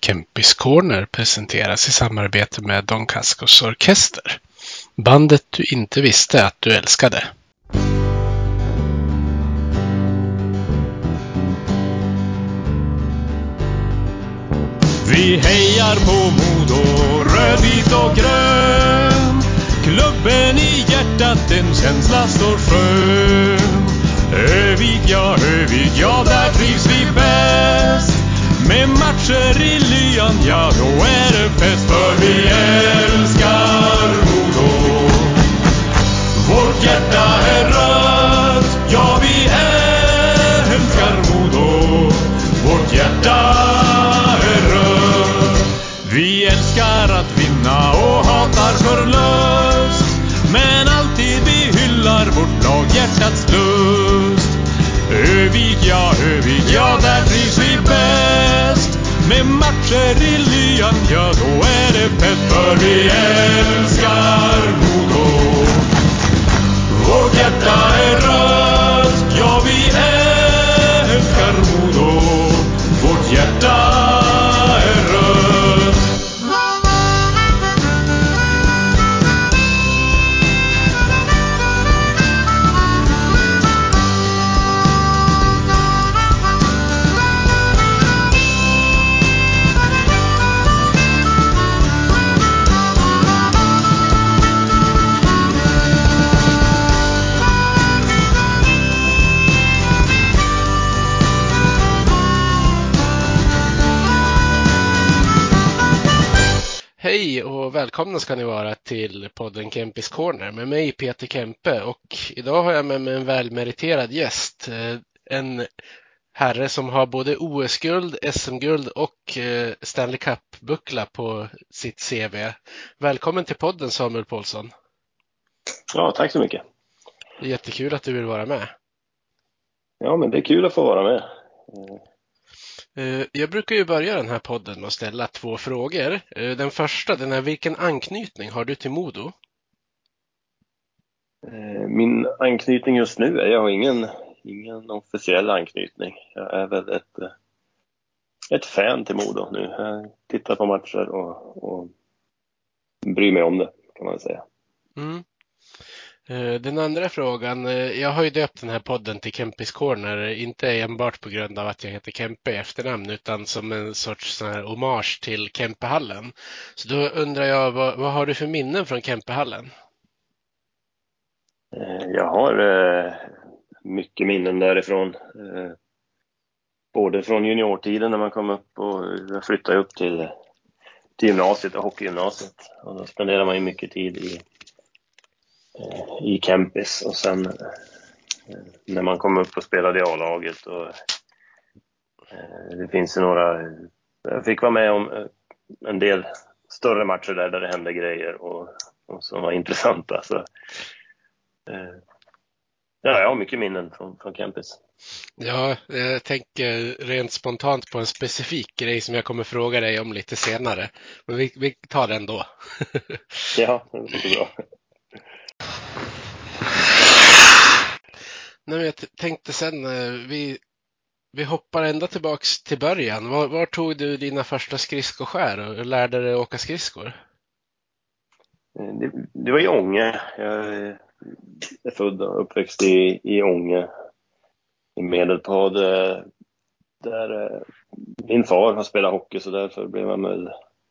Kempis Corner presenteras i samarbete med Don Cascos orkester. Bandet du inte visste att du älskade. Vi hejar på Modo, rödvit och grön. Klubben i hjärtat, en känsla står skön. Övik, ja, där trivs vi bäst. Med matcher i lyan, ja då är det fest. För vi älskar Modo. Vårt hjärta är rött, ja vi älskar Modo. Vårt hjärta är rött. Vi älskar att vinna och hatar förlust. Men alltid vi hyllar vårt lag, hjärtats lust. Övik, ja, där trivs vi bäst. Med matcher i lyan, ja då är det fett. För vi älskar Modo. Vårt hjärta är rött, ja vi älskar Modo. Vårt hjärta är rött. Hej och välkomna ska ni vara till podden Kempis Corner med mig Peter Kempe, och idag har jag med mig en välmeriterad gäst. En herre som har både OS-guld, SM-guld och Stanley Cup-buckla på sitt CV. Välkommen till podden Samuel Paulsson. Ja, tack så mycket. Det är jättekul att du vill vara med. Ja, men det är kul att få vara med. Jag brukar ju börja den här podden med att ställa 2 frågor. Den första, den är: vilken anknytning har du till Modo? Min anknytning just nu är jag har ingen officiell anknytning. Jag är väl ett fan till Modo nu. Jag tittar på matcher och bryr mig om det, kan man säga. Mm. Den andra frågan, jag har ju döpt den här podden till Kempis Corner, inte enbart på grund av att jag heter Kempe i efternamn, utan som en sorts sån här hommage till Kempehallen. Så då undrar jag, vad har du för minnen från Kempehallen? Jag har mycket minnen därifrån. Både från juniortiden när man kom upp och jag flyttade upp till gymnasiet och hockeygymnasiet. Och då spenderade man ju mycket tid i Kempis, och sen när man kom upp och spelade i A-laget, och det finns ju jag fick vara med om en del större matcher där det hände grejer och som var intressanta, så ja, jag har mycket minnen från Kempis. Ja, jag tänker rent spontant på en specifik grej som jag kommer fråga dig om lite senare, men vi tar den då. Ja, det är bra. Nej, men jag tänkte sen, vi hoppar ända tillbaks till början. Var tog du dina första skridskoskär och lärde dig åka skridskor? Det var i Ånge. Jag är född och uppväxt i Ånge, i Medelpad, där min far har spelat hockey, så därför blev man väl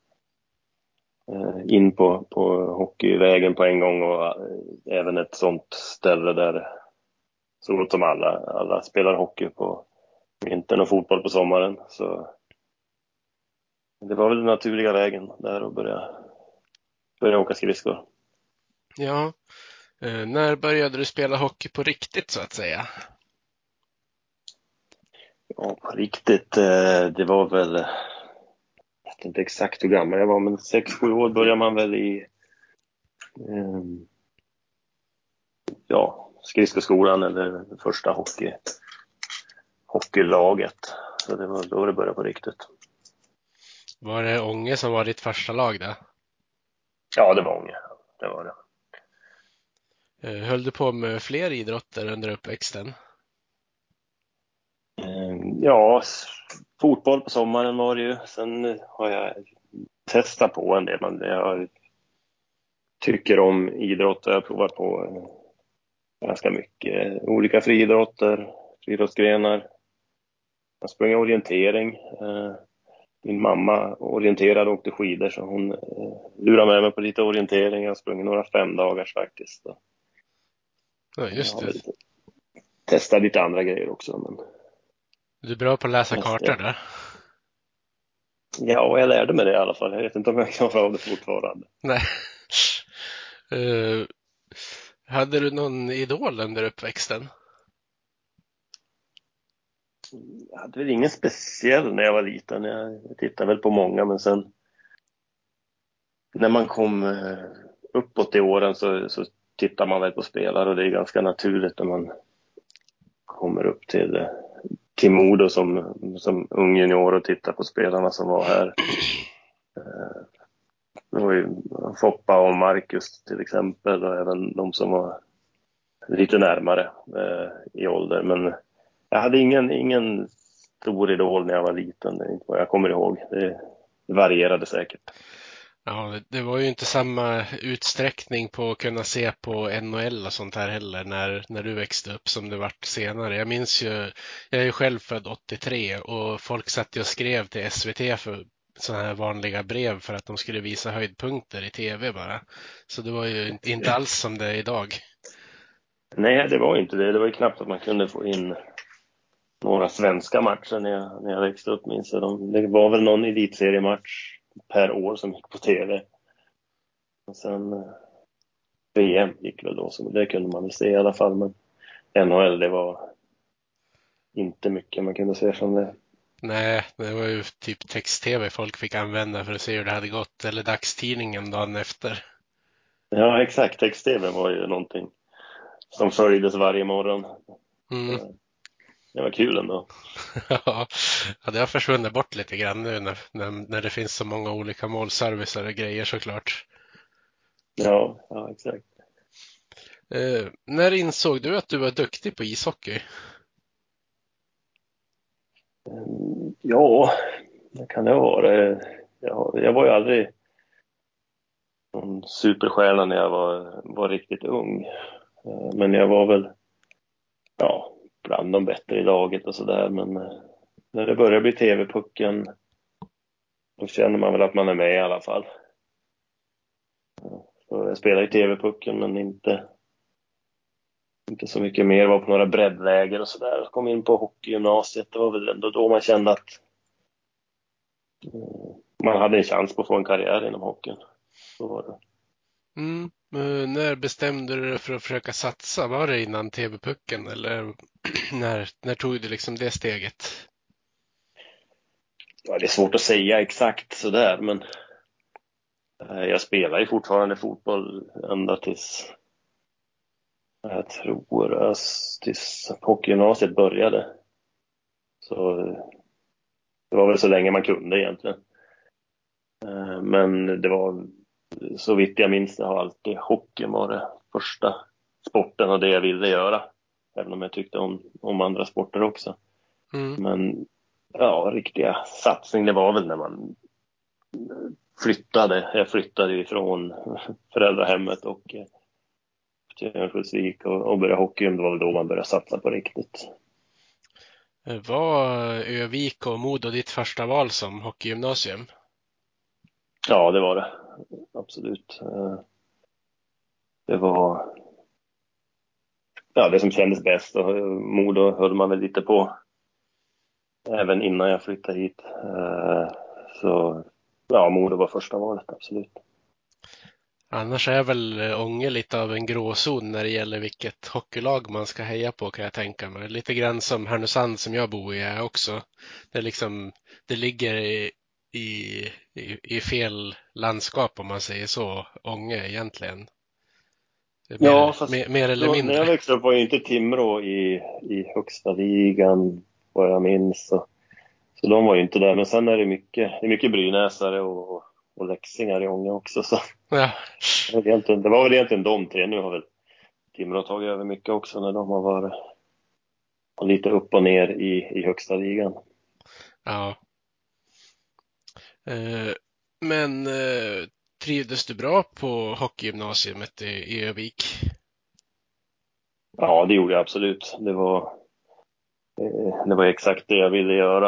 in på hockeyvägen på en gång, och även ett sånt ställe där så gott som alla spelar hockey på vintern och fotboll på sommaren, så det var väl den naturliga vägen där att börja åka skridskor. Ja, när började du spela hockey på riktigt så att säga? Ja, på riktigt, det var väl, jag vet inte exakt hur gammal jag var, men 6-7 år började man väl i skridskoskolan eller första hockeylaget. Så det var då det började på riktigt. Var det Ånge som var ditt första lag då? Ja, det var Ånge. Det var det. Höll du på med fler idrotter under uppväxten? Ja, fotboll på sommaren var det ju. Sen har jag testat på en del. Men jag tycker om idrott och jag har provat på ganska mycket. Olika friidrottsgrenar. Jag sprang orientering. Min mamma orienterade och åkte skidor så hon lurade med mig på lite orientering. Jag sprang några 5 dagars faktiskt. Ja, just det. Testat lite andra grejer också. Men... Du är bra på att läsa kartor där. Ja, jag lärde mig det i alla fall. Jag vet inte om jag klarar av det fortfarande. Nej. Hade du någon idol under uppväxten? Jag hade väl ingen speciell när jag var liten. Jag tittade väl på många, men sen när man kom uppåt i åren så tittar man väl på spelare och det är ganska naturligt när man kommer upp till Modo som ung junior och tittar på spelarna som var här. Det var ju Foppa och Marcus till exempel och även de som var lite närmare i ålder. Men jag hade ingen stor idol när jag var liten, det är inte vad jag kommer ihåg. Det varierade säkert. Ja, det var ju inte samma utsträckning på att kunna se på NHL och sånt här heller när du växte upp som det vart senare. Jag minns ju, jag är ju själv född 83 och folk satt ju och skrev till SVT för sådana här vanliga brev för att de skulle visa höjdpunkter i tv bara. Så det var ju inte alls som det är idag. Nej, det var inte det. Det var ju knappt att man kunde få in några svenska matcher när jag växte upp, minns jag. Det var väl någon elitseriematch per år som gick på tv. Och sen VM gick väl då, så det kunde man väl se i alla fall. Men NHL, det var inte mycket man kunde se från det. Nej, det var ju typ text-tv folk fick använda för att se hur det hade gått. Eller dagstidningen dagen efter. Ja, exakt. Text-tv var ju någonting som följdes varje morgon. Mm. Det var kul ändå. Ja, det har försvunnit bort lite grann nu när det finns så många olika målservicer och grejer såklart. Ja, exakt. När insåg du att du var duktig på ishockey? Ja, det kan det vara. Jag var ju aldrig någon superstjärna när jag var riktigt ung. Men jag var väl bland de bättre i laget och sådär. Men när det börjar bli TV-pucken då känner man väl att man är med i alla fall. Så jag spelade i TV-pucken men inte så mycket mer. Var på några breddläger och sådär. Kom in på hockeygymnasiet. Det var väl ändå då man kände att man hade en chans på att få en karriär inom hockeyn. Så var det. När bestämde du dig för att försöka satsa? Var det innan TV-pucken eller när tog du liksom det steget? Ja, det är svårt att säga exakt sådär, men jag spelar ju fortfarande fotboll ända tills tills hockeygymnasiet började. Så det var väl så länge man kunde egentligen. Men det var, så vitt jag minns, det har alltid hockeyn var det första sporten och det jag ville göra. Även om jag tyckte om andra sporter också. Men riktiga satsning det var väl när man flyttade. Jag flyttade ifrån föräldrahemmet och till Örnsköldsvik och började hockey. Det var väl då man började satsa på riktigt. Var Övik och Modo ditt första val som hockeygymnasium? Ja, det var det. Absolut. Det var det som kändes bäst. Och Modo höll man väl lite på även innan jag flyttade hit. Så Modo var första valet, absolut. Annars är väl Ånge lite av en gråzon när det gäller vilket hockeylag man ska heja på, kan jag tänka mig. Lite grann som Härnösand som jag bor i är också. Det ligger i fel landskap om man säger så, Ånge egentligen. Mer eller då, mindre. när jag växte upp var ju inte Timrå i högsta ligan, vad jag minns. Så de var ju inte där. Men sen är det mycket brynäsare och läxingar i Ånge också. Så. Ja. Det var väl egentligen de tre. Nu har väl Timrå tagit över mycket också när de har varit lite upp och ner i högsta ligan. Ja. Men trivdes du bra på hockeygymnasiet i Övik? Ja, det gjorde jag absolut. Det var exakt det jag ville göra.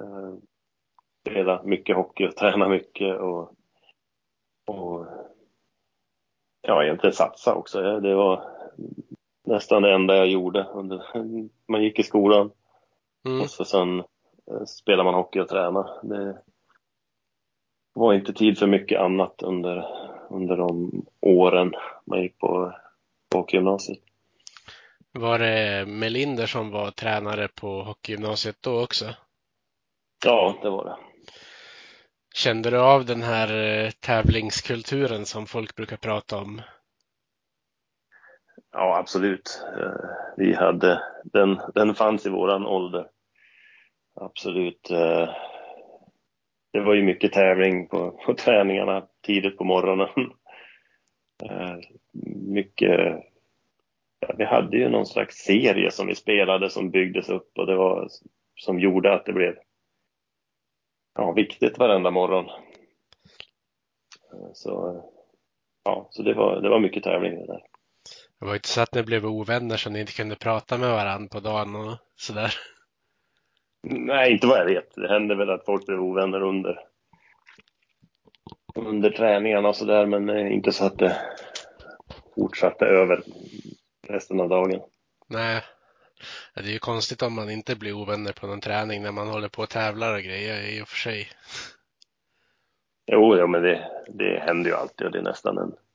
Spela mycket hockey och träna mycket och ja, egentligen satsa också. Det var nästan det enda jag gjorde under man gick i skolan. Mm. Och så sen spelar man hockey och tränar. Det var inte tid för mycket annat under de åren man gick på hockeygymnasiet. Var det Melinder som var tränare på hockeygymnasiet då också? Ja, det var det. Kände du av den här tävlingskulturen som folk brukar prata om? Ja, absolut. Vi hade, den fanns i våran ålder. Absolut. Det var ju mycket tävling på träningarna tidigt på morgonen. Mycket, ja, vi hade ju någon slags serie som vi spelade som byggdes upp och det var som gjorde att det blev viktigt varenda morgon. Så ja, så det var mycket tävling det där. Det var inte så att ni blev ovänner så ni inte kunde prata med varandra på dagen och sådär. Nej, inte vad jag vet. Det hände väl att folk blev ovänner under träningarna och sådär, men inte så att det fortsatte över resten av dagen. Nej, det är ju konstigt om man inte blir ovänner på någon träning när man håller på och tävlar och grejer i och för sig. Jo, ja, men det händer ju alltid och det är nästan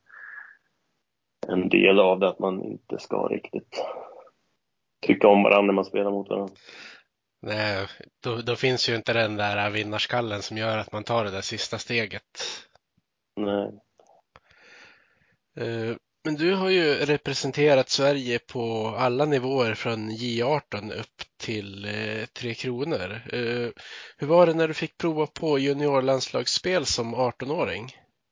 en del av det att man inte ska riktigt tycka om varandra när man spelar mot varandra. Nej, då finns ju inte den där vinnarskallen som gör att man tar det där sista steget. Nej. Men du har ju representerat Sverige på alla nivåer från J18 upp till Tre Kronor. Hur var det när du fick prova på juniorlandslagsspel som 18-åring?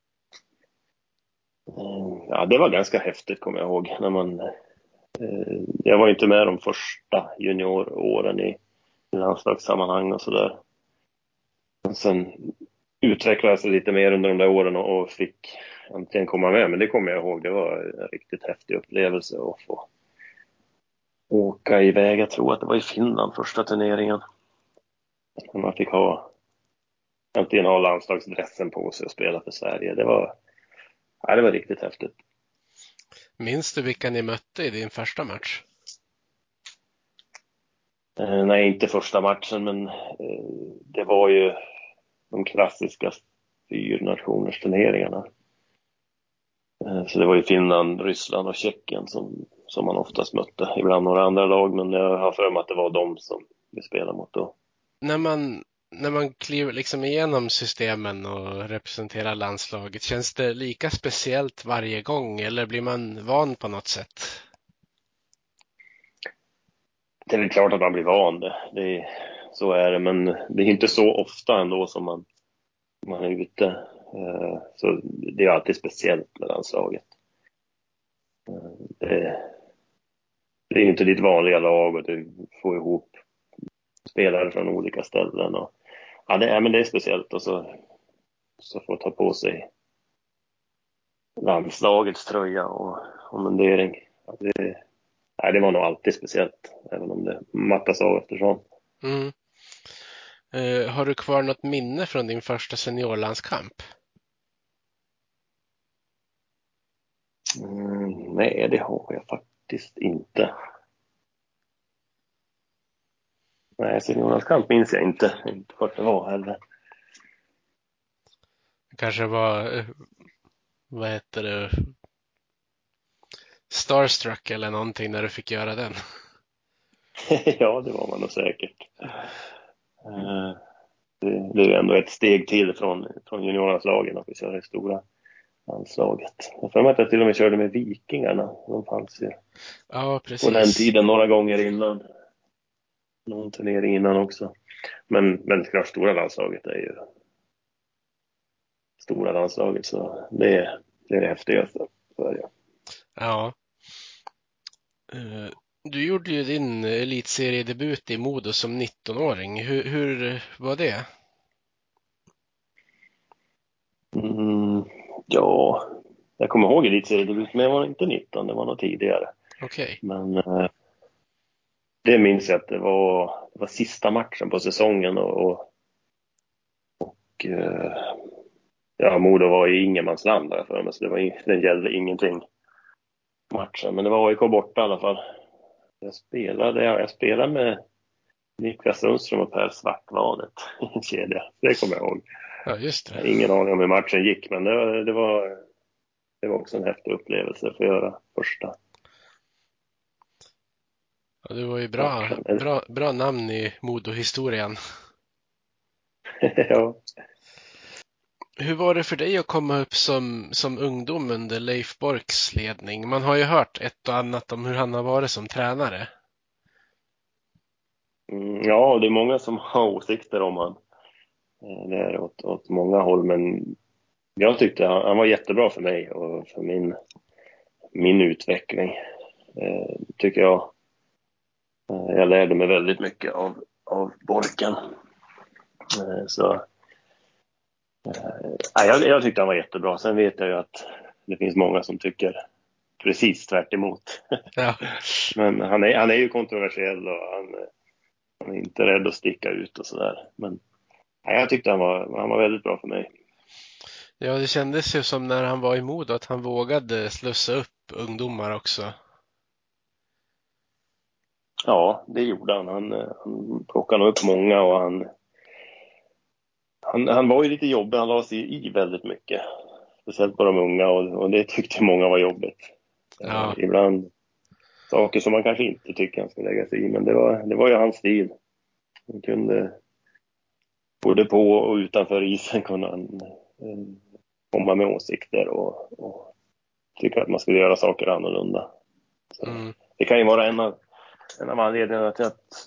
Ja, det var ganska häftigt kommer jag ihåg. Jag var inte med de första junioråren i landslagssammanhang och sådär. Sen utvecklades det lite mer under de där åren och fick äntligen komma med. Men det kommer jag ihåg, det var en riktigt häftig upplevelse att få åka iväg. Jag tror att det var i Finland första turneringen. Man fick äntligen ha landslagsdressen på sig och spela för Sverige. Det var riktigt häftigt. Minns du vilka ni mötte i din första match? Nej, inte första matchen, men det var ju de klassiska fyrnationers turneringarna. Så det var ju Finland, Ryssland och Tjeckien som man oftast mötte. Ibland några andra lag, men jag har för mig att det var de som vi spelade mot då. När man kliver liksom igenom systemen och representerar landslaget, känns det lika speciellt varje gång eller blir man van på något sätt? Det är väl klart att man blir van så är det, men det är inte så ofta ändå som man är ute. Så det är alltid speciellt med landslaget. Det är inte ditt vanliga lag och du får ihop spelare från olika ställen. Och, ja, men det är speciellt och så får ta på sig landslagets tröja och mundering. Ja, det var nog alltid speciellt, även om det mattas av eftersom. Mm. Har du kvar något minne från din första seniorlandskamp? Nej, det har jag faktiskt inte. Nej, seniorlandskamp minns jag inte vart det var heller. Det kanske var, vad heter det, Starstruck eller någonting när du fick göra den. Ja, det var man nog säkert. Det är ju ändå ett steg till från juniorlandslagen att vi kör det stora landslaget. Jag får att jag till och med körde med Vikingarna. De fanns ju Ja, på den precis. tiden några gånger innan. Någon turnering innan också. Men klart, stora landslaget är ju stora landslaget, så det är det häftigaste. Så är det. Ja. Du gjorde ju din elitseriedebut i Modo som 19-åring. Hur var det? Ja, jag kommer ihåg elitseriedebut, men jag var inte 19, det var nog tidigare. Okej. Men det minns jag att det var sista matchen på säsongen och ja, Modo var i ingenmansland där för mig, så det gällde ingenting matchen. Men det var AIK borta i alla fall. Jag spelade med Niklas Sundström och Per Svartvadet i en kedja. Det kommer jag ihåg. Ja, just Jag har det. ingen aning om hur matchen gick, men det var också en häftig upplevelse för att göra första Ja, du var ju matchen. bra namn i Modo-historien. Ja. Hur var det för dig att komma upp som ungdom under Leif Borks ledning? Man har ju hört ett och annat om hur han har varit som tränare. Ja, det är många som har åsikter om han. Det är åt många håll, men jag tyckte han var jättebra för mig och för min utveckling. Tycker jag. Jag lärde mig väldigt mycket av Borken. Så jag tyckte han var jättebra. Sen vet jag ju att det finns många som tycker precis tvärt emot. Ja, Men han är ju kontroversiell och han är inte rädd att sticka ut och sådär. Men jag tyckte han var väldigt bra för mig. ja, det kändes ju som när han var i Modo att han vågade slussa upp ungdomar också. Ja, det gjorde han. Han plockade nog upp många och han var ju lite jobbig. Han la sig i väldigt mycket. Speciellt på de unga och det tyckte många var jobbigt. Ja, Ibland saker som man kanske inte tycker han ska lägga sig i. Men det var ju hans stil. Han kunde både på och utanför isen kunde han komma med åsikter och tycka att man skulle göra saker annorlunda. Så det kan ju vara en av anledningarna till att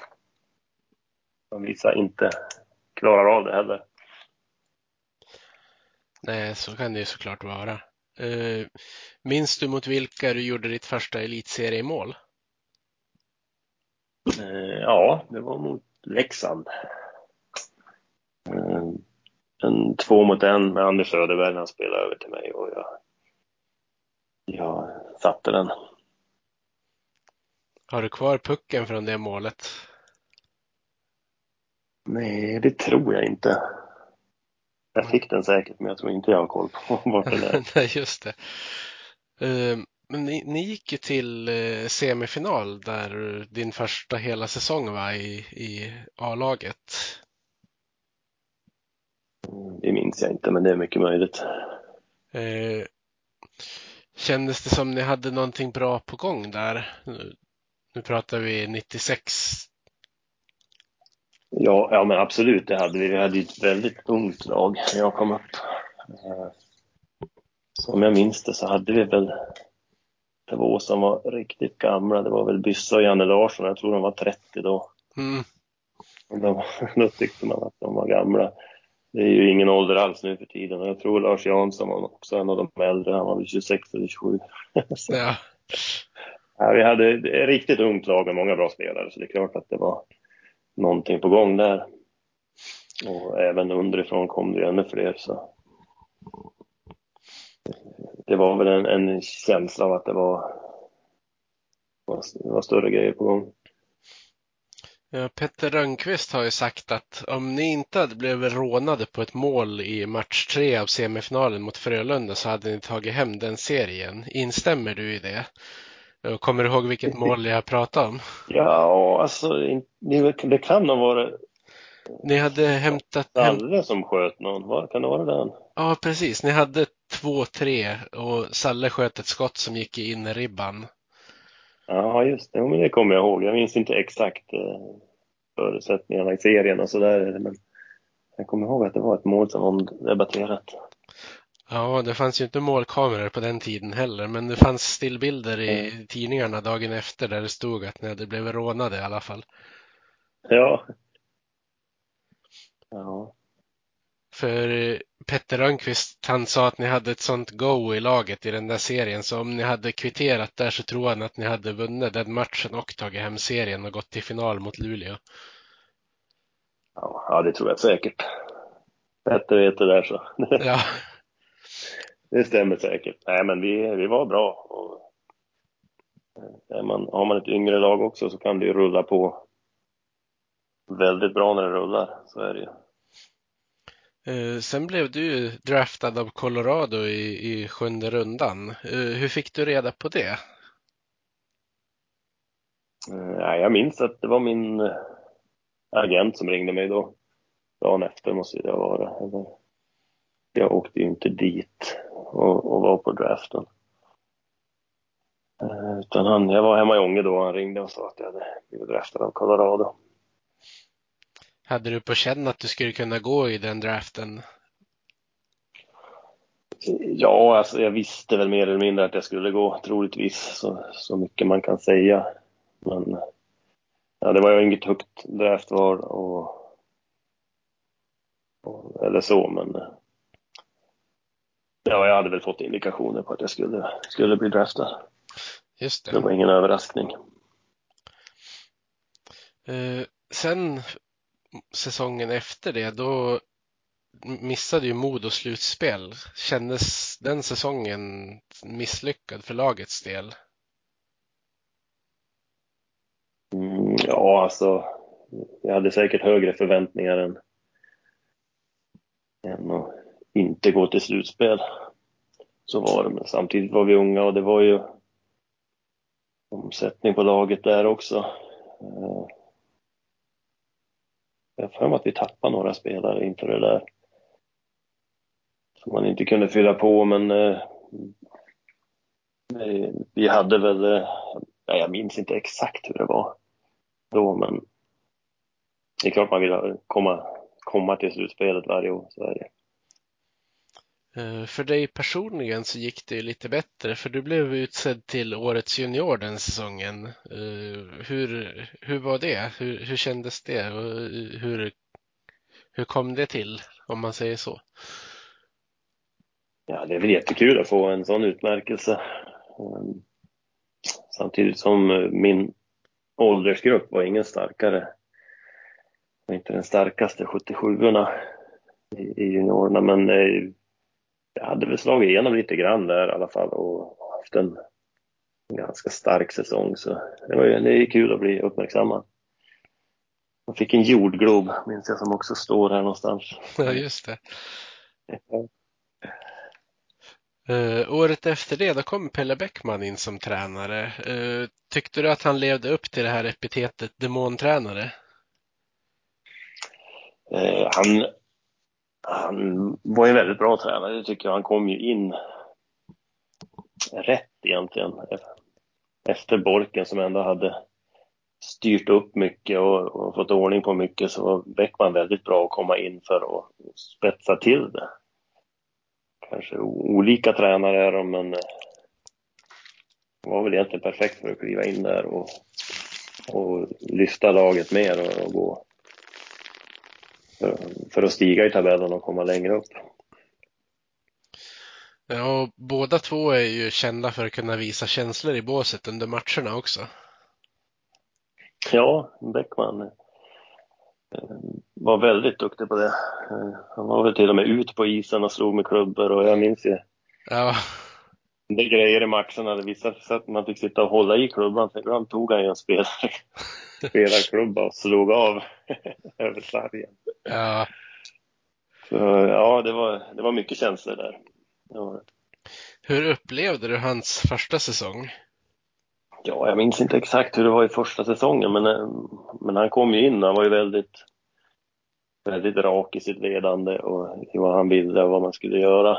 vissa inte klarar av det heller. nej, så kan det ju såklart vara. Minns du mot vilka du gjorde ditt första elitseriemål? Ja, det var mot Leksand. En 2-1 med Anders Söderberg. Han spelade över till mig och jag satte den. Har du kvar pucken från det målet? Nej, det tror jag inte. Jag fick den säkert, men jag tror inte jag har koll på vart den är. Nej, just det. Men ni gick ju till semifinal där din första hela säsong var i A-laget. Det minns jag inte, men det är mycket möjligt. Eh, Kändes det som ni hade någonting bra på gång där? Nu pratar vi 96. Ja, men absolut, det hade vi. Vi hade ett väldigt ungt lag när jag kom upp. Som jag minns det så hade vi väl 2 som var riktigt gamla. Det var väl Byssa och Janne Larsson. Jag tror de var 30 då. Mm, Då tyckte man att de var gamla. Det är ju ingen ålder alls nu för tiden. Jag tror Lars Jansson var också en av de äldre. Han var väl 26 eller 27. Så, ja. vi hade ett riktigt ungt lag med många bra spelare. Så det är klart att det var någonting på gång där. Och även underifrån kom det ännu fler. Så det var väl en känsla av att det var större grejer på gång. Ja, Petter Rönnqvist har ju sagt att om ni inte hade blivit rånade på ett mål i match 3 av semifinalen mot Frölunda så hade ni tagit hem den serien. Instämmer du i det? Och kommer du ihåg vilket mål jag pratar om? Ja, alltså det kan ha varit Ni hade hämtat Salle som sköt någon. Kan det vara den? Ja, precis. Ni hade 2-3 och Salle sköt ett skott som gick i innerribban. Ja, just det. Ja, men det kommer jag ihåg. Jag minns inte exakt förutsättningarna i serien och sådär. Men jag kommer ihåg att det var ett mål som var debatterat. Ja, det fanns ju inte målkameror på den tiden heller, men det fanns stillbilder i tidningarna dagen efter där det stod att ni hade blivit rånade i alla fall. Ja. Ja. För Petter Rönnqvist, han sa att ni hade ett sånt go i laget i den där serien, så om ni hade kvitterat där så tror han att ni hade vunnit den matchen och tagit hem serien och gått till final mot Luleå. Ja, det tror jag säkert. Petter vet det där så. Ja. Det stämmer säkert. Nej, men vi var bra. Och har man ett yngre lag också så kan det ju rulla på väldigt bra när det rullar. Så är det ju. Sen blev du draftad av Colorado i 7:e rundan. Hur fick du reda på det? Nej, jag minns att det var min agent som ringde mig då. Dagen efter måste det vara. Jag åkte ju inte dit och var på draften. Utan jag var hemma i Ånge då och han ringde och sa att jag hade blivit draftad av Colorado. Hade du på känn att du skulle kunna gå i den draften? Ja, alltså jag visste väl mer eller mindre att jag skulle gå, troligtvis, så mycket man kan säga. Men ja, det var ju inget högt draftval eller så, men ja, jag hade väl fått indikationer på att jag skulle bli draftad. Just Det det. var ingen överraskning. Sen säsongen efter det, då missade ju Modo slutspel. Kändes den säsongen misslyckad för lagets del? Ja, alltså jag hade säkert högre förväntningar än att inte gå till slutspel. Så var det, men samtidigt var vi unga och det var ju omsättning på laget där också. Jag har för mig att vi tappade några spelare inför det där som man inte kunde fylla på, men vi hade väl, jag minns inte exakt hur det var då, men det är klart man vill komma till slutspelet varje år, så är det. För dig personligen så gick det ju lite bättre, för du blev utsedd till årets junior den säsongen. Hur var det? Hur kändes det? Och hur kom det till, om man säger så? Ja, det är väl jättekul att få en sån utmärkelse. Samtidigt som min åldersgrupp var ingen starkare. Var inte den starkaste 77orna i juniorerna, men jag hade väl slagit igenom lite grann där i alla fall och haft en ganska stark säsong, så det är kul att bli uppmärksammad. Man fick en jordglob, minns jag, som också står här någonstans. Ja, just det. Året efter det, då kom Pelle Bäckman in som tränare. Tyckte du att han levde upp till det här epitetet demontränare? Han var ju väldigt bra tränare, det tycker jag. Han kom ju in rätt egentligen efter Borken, som ändå hade styrt upp mycket och fått ordning på mycket, så var Bäckman väldigt bra att komma in för att spetsa till det. Kanske olika tränare är de, men var väl egentligen perfekt för att kliva in där och lyfta laget mer och gå för att stiga i tabellen och komma längre upp. Ja, och båda två är ju kända för att kunna visa känslor i båset under matcherna också. Ja, Bäckman var väldigt duktig på det. Han var väl till och med ut på isen och slog med klubbor, och jag minns ju Ja, det grejer i matcherna. Det visade sig att man fick sitta och hålla i klubban, för ibland tog han ju en spelarklubba och slog av över sargen. ja. Så ja, det var mycket känslor där. Ja. Hur upplevde du hans första säsong? Ja, jag minns inte exakt hur det var i första säsongen, men han kom ju in, han var ju väldigt, väldigt rak i sitt ledande och i vad han ville och vad man skulle göra.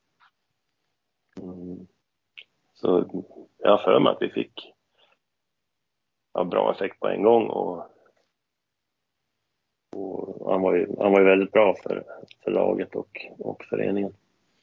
Så jag har för mig att vi fick bra effekt på en gång, och han var ju väldigt bra för laget och föreningen.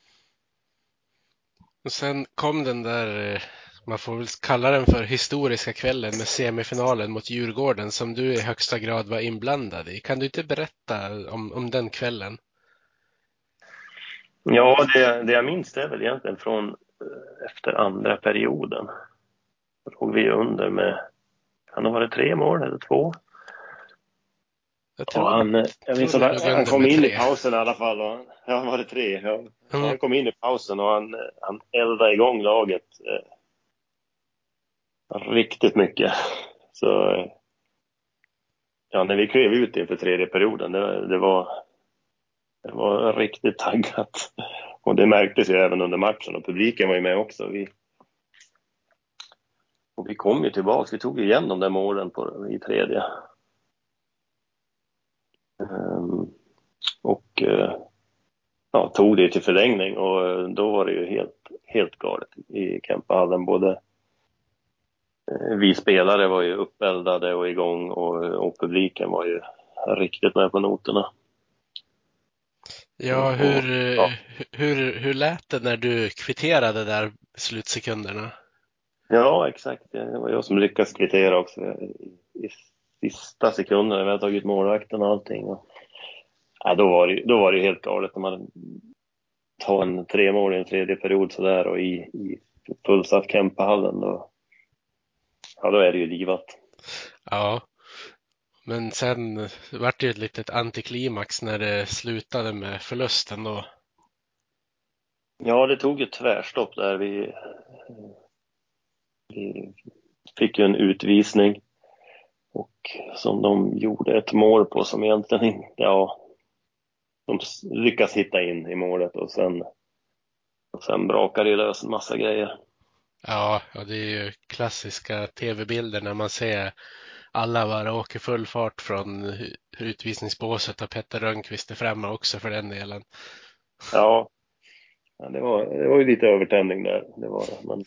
Och sen kom den där, man får väl kalla den för historiska kvällen med semifinalen mot Djurgården som du i högsta grad var inblandad i. Kan du inte berätta om den kvällen? Ja, det jag minns är väl egentligen från efter andra perioden. Då låg vi under med, kan det vara 3 mål eller 2? Jag Och jag minns tror vi att låg han under kom med in i 3. pausen i alla fall. Och, ja, var det 3? Ja. Mm. Han kom in i pausen och han eldade igång laget riktigt mycket. Så ja, när vi klev ut inför tredje perioden, det var riktigt taggat. Och det märktes ju även under matchen och publiken var ju med också. Vi kom ju tillbaka, vi tog ju igen de där målen i tredje. Och ja, tog det till förlängning och då var det ju helt galet i Kempahallen. Både vi spelare var ju uppeldade och igång och publiken var ju riktigt med på noterna. Ja, Och, ja. hur lät det när du kvitterade där slutsekunderna? Ja, exakt. Det var jag som lyckades kvittera också i sista sekunderna. Vi hade tagit målvakten och allting. Och, ja, då var det helt galet när man tar en 3 mål i en tredje period sådär och i fullsatt Kempahallen. Då är det ju livat. Ja, men sen var det ju ett litet antiklimax när det slutade med förlusten då. Ja, det tog ett tvärstopp där. Vi fick ju en utvisning och som de gjorde ett mål på som egentligen inte, ja, de lyckas hitta in i målet och sen brakar det lös en massa grejer. Ja, det är ju klassiska tv-bilder när man ser alla bara åker full fart från utvisningsbåset och Petter Rönnqvist är framme också för den delen. Ja, det var ju lite övertändning där, det var det. Men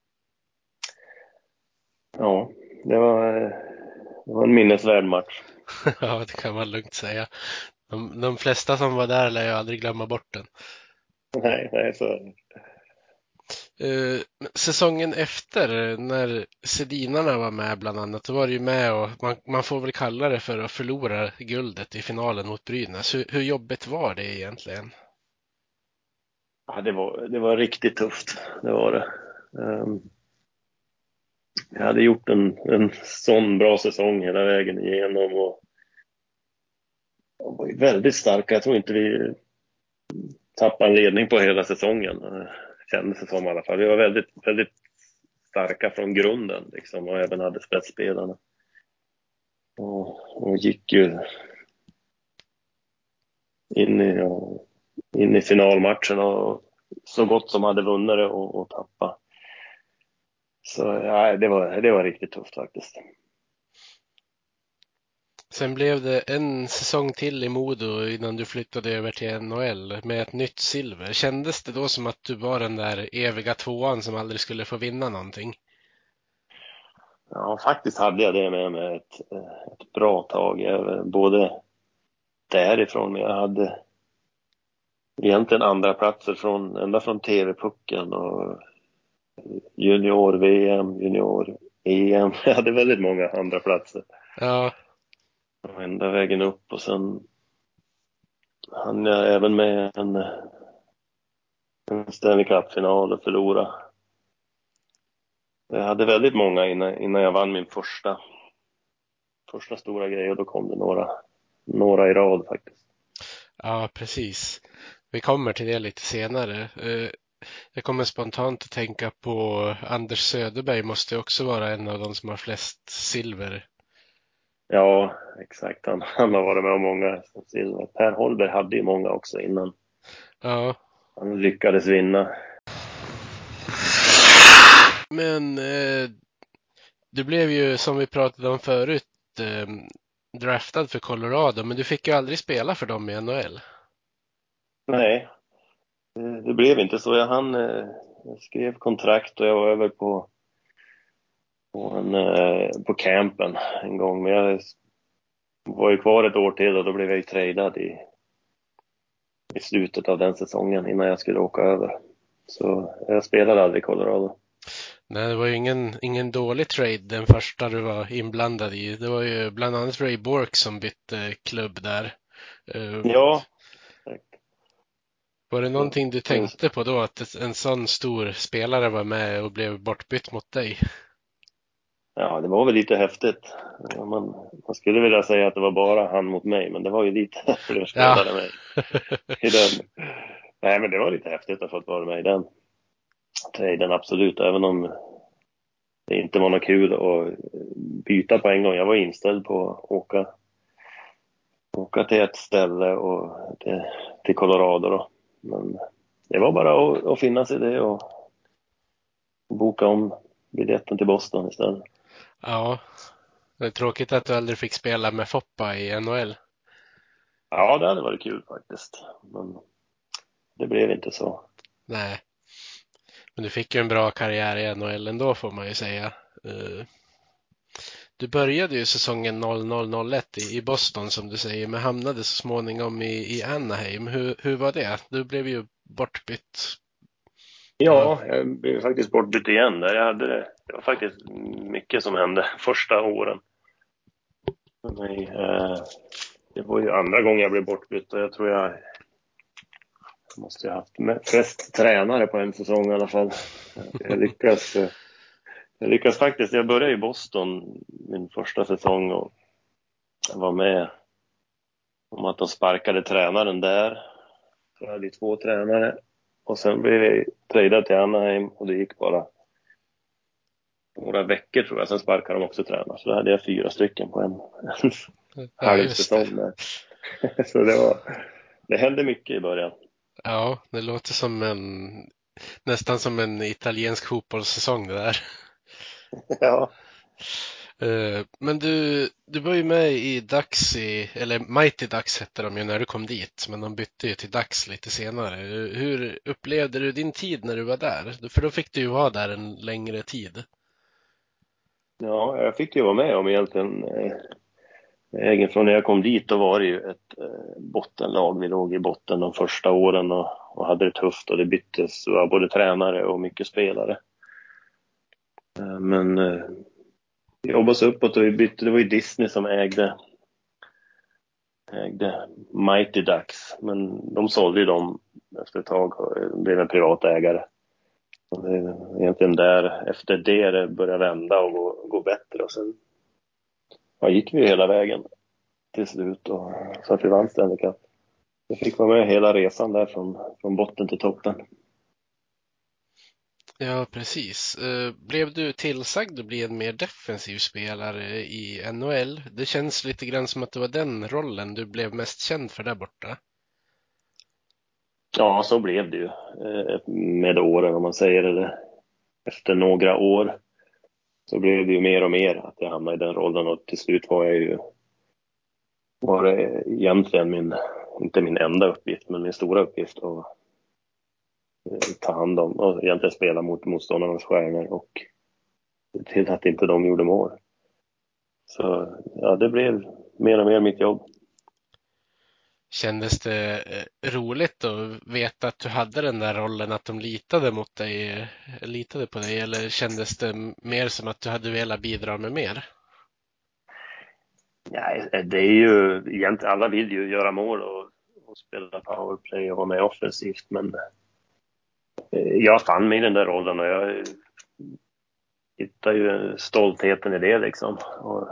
ja, det var en minnesvärd match. Ja, det kan man lugnt säga. De flesta som var där lär ju aldrig glömma bort den. Nej, så Säsongen efter, när Sedinarna var med bland annat, då var det ju med och man får väl kalla det för att förlora guldet i finalen mot Brynäs. Hur jobbigt var det egentligen? ja, det var riktigt tufft, det var det. Jag hade gjort en sån bra säsong hela vägen igenom och var ju väldigt starka. Jag tror inte vi tappade en ledning på hela säsongen. Kändes det som i alla fall. Vi var väldigt, väldigt starka från grunden liksom, och även hade spetsspelarna. Och gick ju in i finalmatchen och så gott som hade vunnit det och tappa. Så ja, det var riktigt tufft faktiskt. Sen blev det en säsong till i Modo innan du flyttade över till NHL med ett nytt silver. Kändes det då som att du var den där eviga tvåan som aldrig skulle få vinna någonting? Ja, faktiskt hade jag det med mig ett bra tag. Både därifrån, men jag hade egentligen andra platser ända från TV-pucken och junior-VM, junior-EM. Jag hade väldigt många andra platser. Ja, Och ända vägen upp och sen hann jag även med en Stanley Cup-final och förlora. Jag hade väldigt många innan jag vann min första stora grej och då kom det några i rad faktiskt. ja, precis. Vi kommer till det lite senare. Jag kommer spontant att tänka på Anders Söderberg måste också vara en av de som har flest silver. Ja, exakt. Han har varit med om många silver. Per Holberg hade ju många också innan Ja, han lyckades vinna. men du blev ju som vi pratade om förut draftad för Colorado, men du fick ju aldrig spela för dem i NHL. Nej, det blev inte så. Jag skrev kontrakt och jag var över på campen en gång. Men jag var ju kvar ett år till och då blev jag ju tradad i slutet av den säsongen innan jag skulle åka över. Så jag spelade aldrig i Colorado. Nej, det var ju ingen dålig trade den första du var inblandad i. Det var ju bland annat Ray Bourque som bytte klubb där. Ja, exakt. Var det någonting du Så- tänkte på då, att en sån stor spelare var med och blev bortbytt mot dig? Ja, det var väl lite häftigt. Ja, man skulle vilja säga att det var bara han mot mig, men det var ju lite fler Ja. spelare med i den. Nej, men det var lite häftigt att få vara med i den traden, absolut. Även om det inte var något kul att byta på en gång. Jag var inställd på att åka till ett ställe och till Colorado då. Men det var bara att finna sig i det och boka om biljetten till Boston istället. Ja, det är tråkigt att du aldrig fick spela med Foppa i NHL. Ja, det hade varit kul faktiskt. Men det blev inte så. Nej, men du fick ju en bra karriär i NHL ändå, får man ju säga. Du började ju säsongen 0001 i Boston som du säger, men hamnade så småningom i Anaheim. Hur var det? Du blev ju bortbytt. Ja, jag blev faktiskt bortbytt igen där. Det var faktiskt mycket som hände första åren. För mig, det var ju andra gången jag blev bortbytt och jag tror jag måste ha haft flest tränare på en säsong i alla fall. Jag lyckas faktiskt. Jag började i Boston min första säsong och jag var med om att de sparkade tränaren där. Så jag hade 2 tränare och sen blev jag tradad till Anaheim och det gick bara några veckor tror jag. Sen sparkade de också tränare. Så då hade jag 4 stycken på en Ja, halv just det. säsong där. Så det hände mycket i början. Ja, det låter som nästan som en italiensk fotbollssäsong det där. Ja. Men du var ju med i Ducks eller Mighty Ducks hette de ju när du kom dit, men de bytte ju till Ducks lite senare. Hur upplevde du din tid när du var där? För då fick du ju vara där en längre tid. Ja, jag fick ju vara med om egentligen vägen från när jag kom dit. Då var det ju ett bottenlag. Vi låg i botten de första åren och hade det tufft och det byttes både tränare och mycket spelare. Men vi jobbade oss uppåt och vi bytte. Det var ju Disney som ägde Mighty Ducks. Men de sålde ju dem efter ett tag och blev en privat ägare. Och det är egentligen där efter det började vända och gå bättre. Och sen gick vi hela vägen till slut och så att vi vann Stanley Cup. Jag fick vara med hela resan där från botten till toppen. Ja, precis. Blev du tillsagd att bli en mer defensiv spelare i NHL? Det känns lite grann som att det var den rollen du blev mest känd för där borta. Ja, så blev det ju med åren om man säger det. Efter några år så blev det ju mer och mer att jag hamnade i den rollen och till slut var det egentligen inte min enda uppgift men min stora uppgift att ta hand om och egentligen spela mot motståndarnas stjärnor och till att inte de gjorde mål. Så ja, det blev mer och mer mitt jobb. Kändes det roligt att veta att du hade den där rollen, att de litade på dig, eller kändes det mer som att du hade velat bidra med mer? Nej, det är ju egentligen alla vill ju göra mål och spela powerplay och vara med offensivt men jag fann mig i den där rollen och jag hittar ju stoltheten i det liksom. Och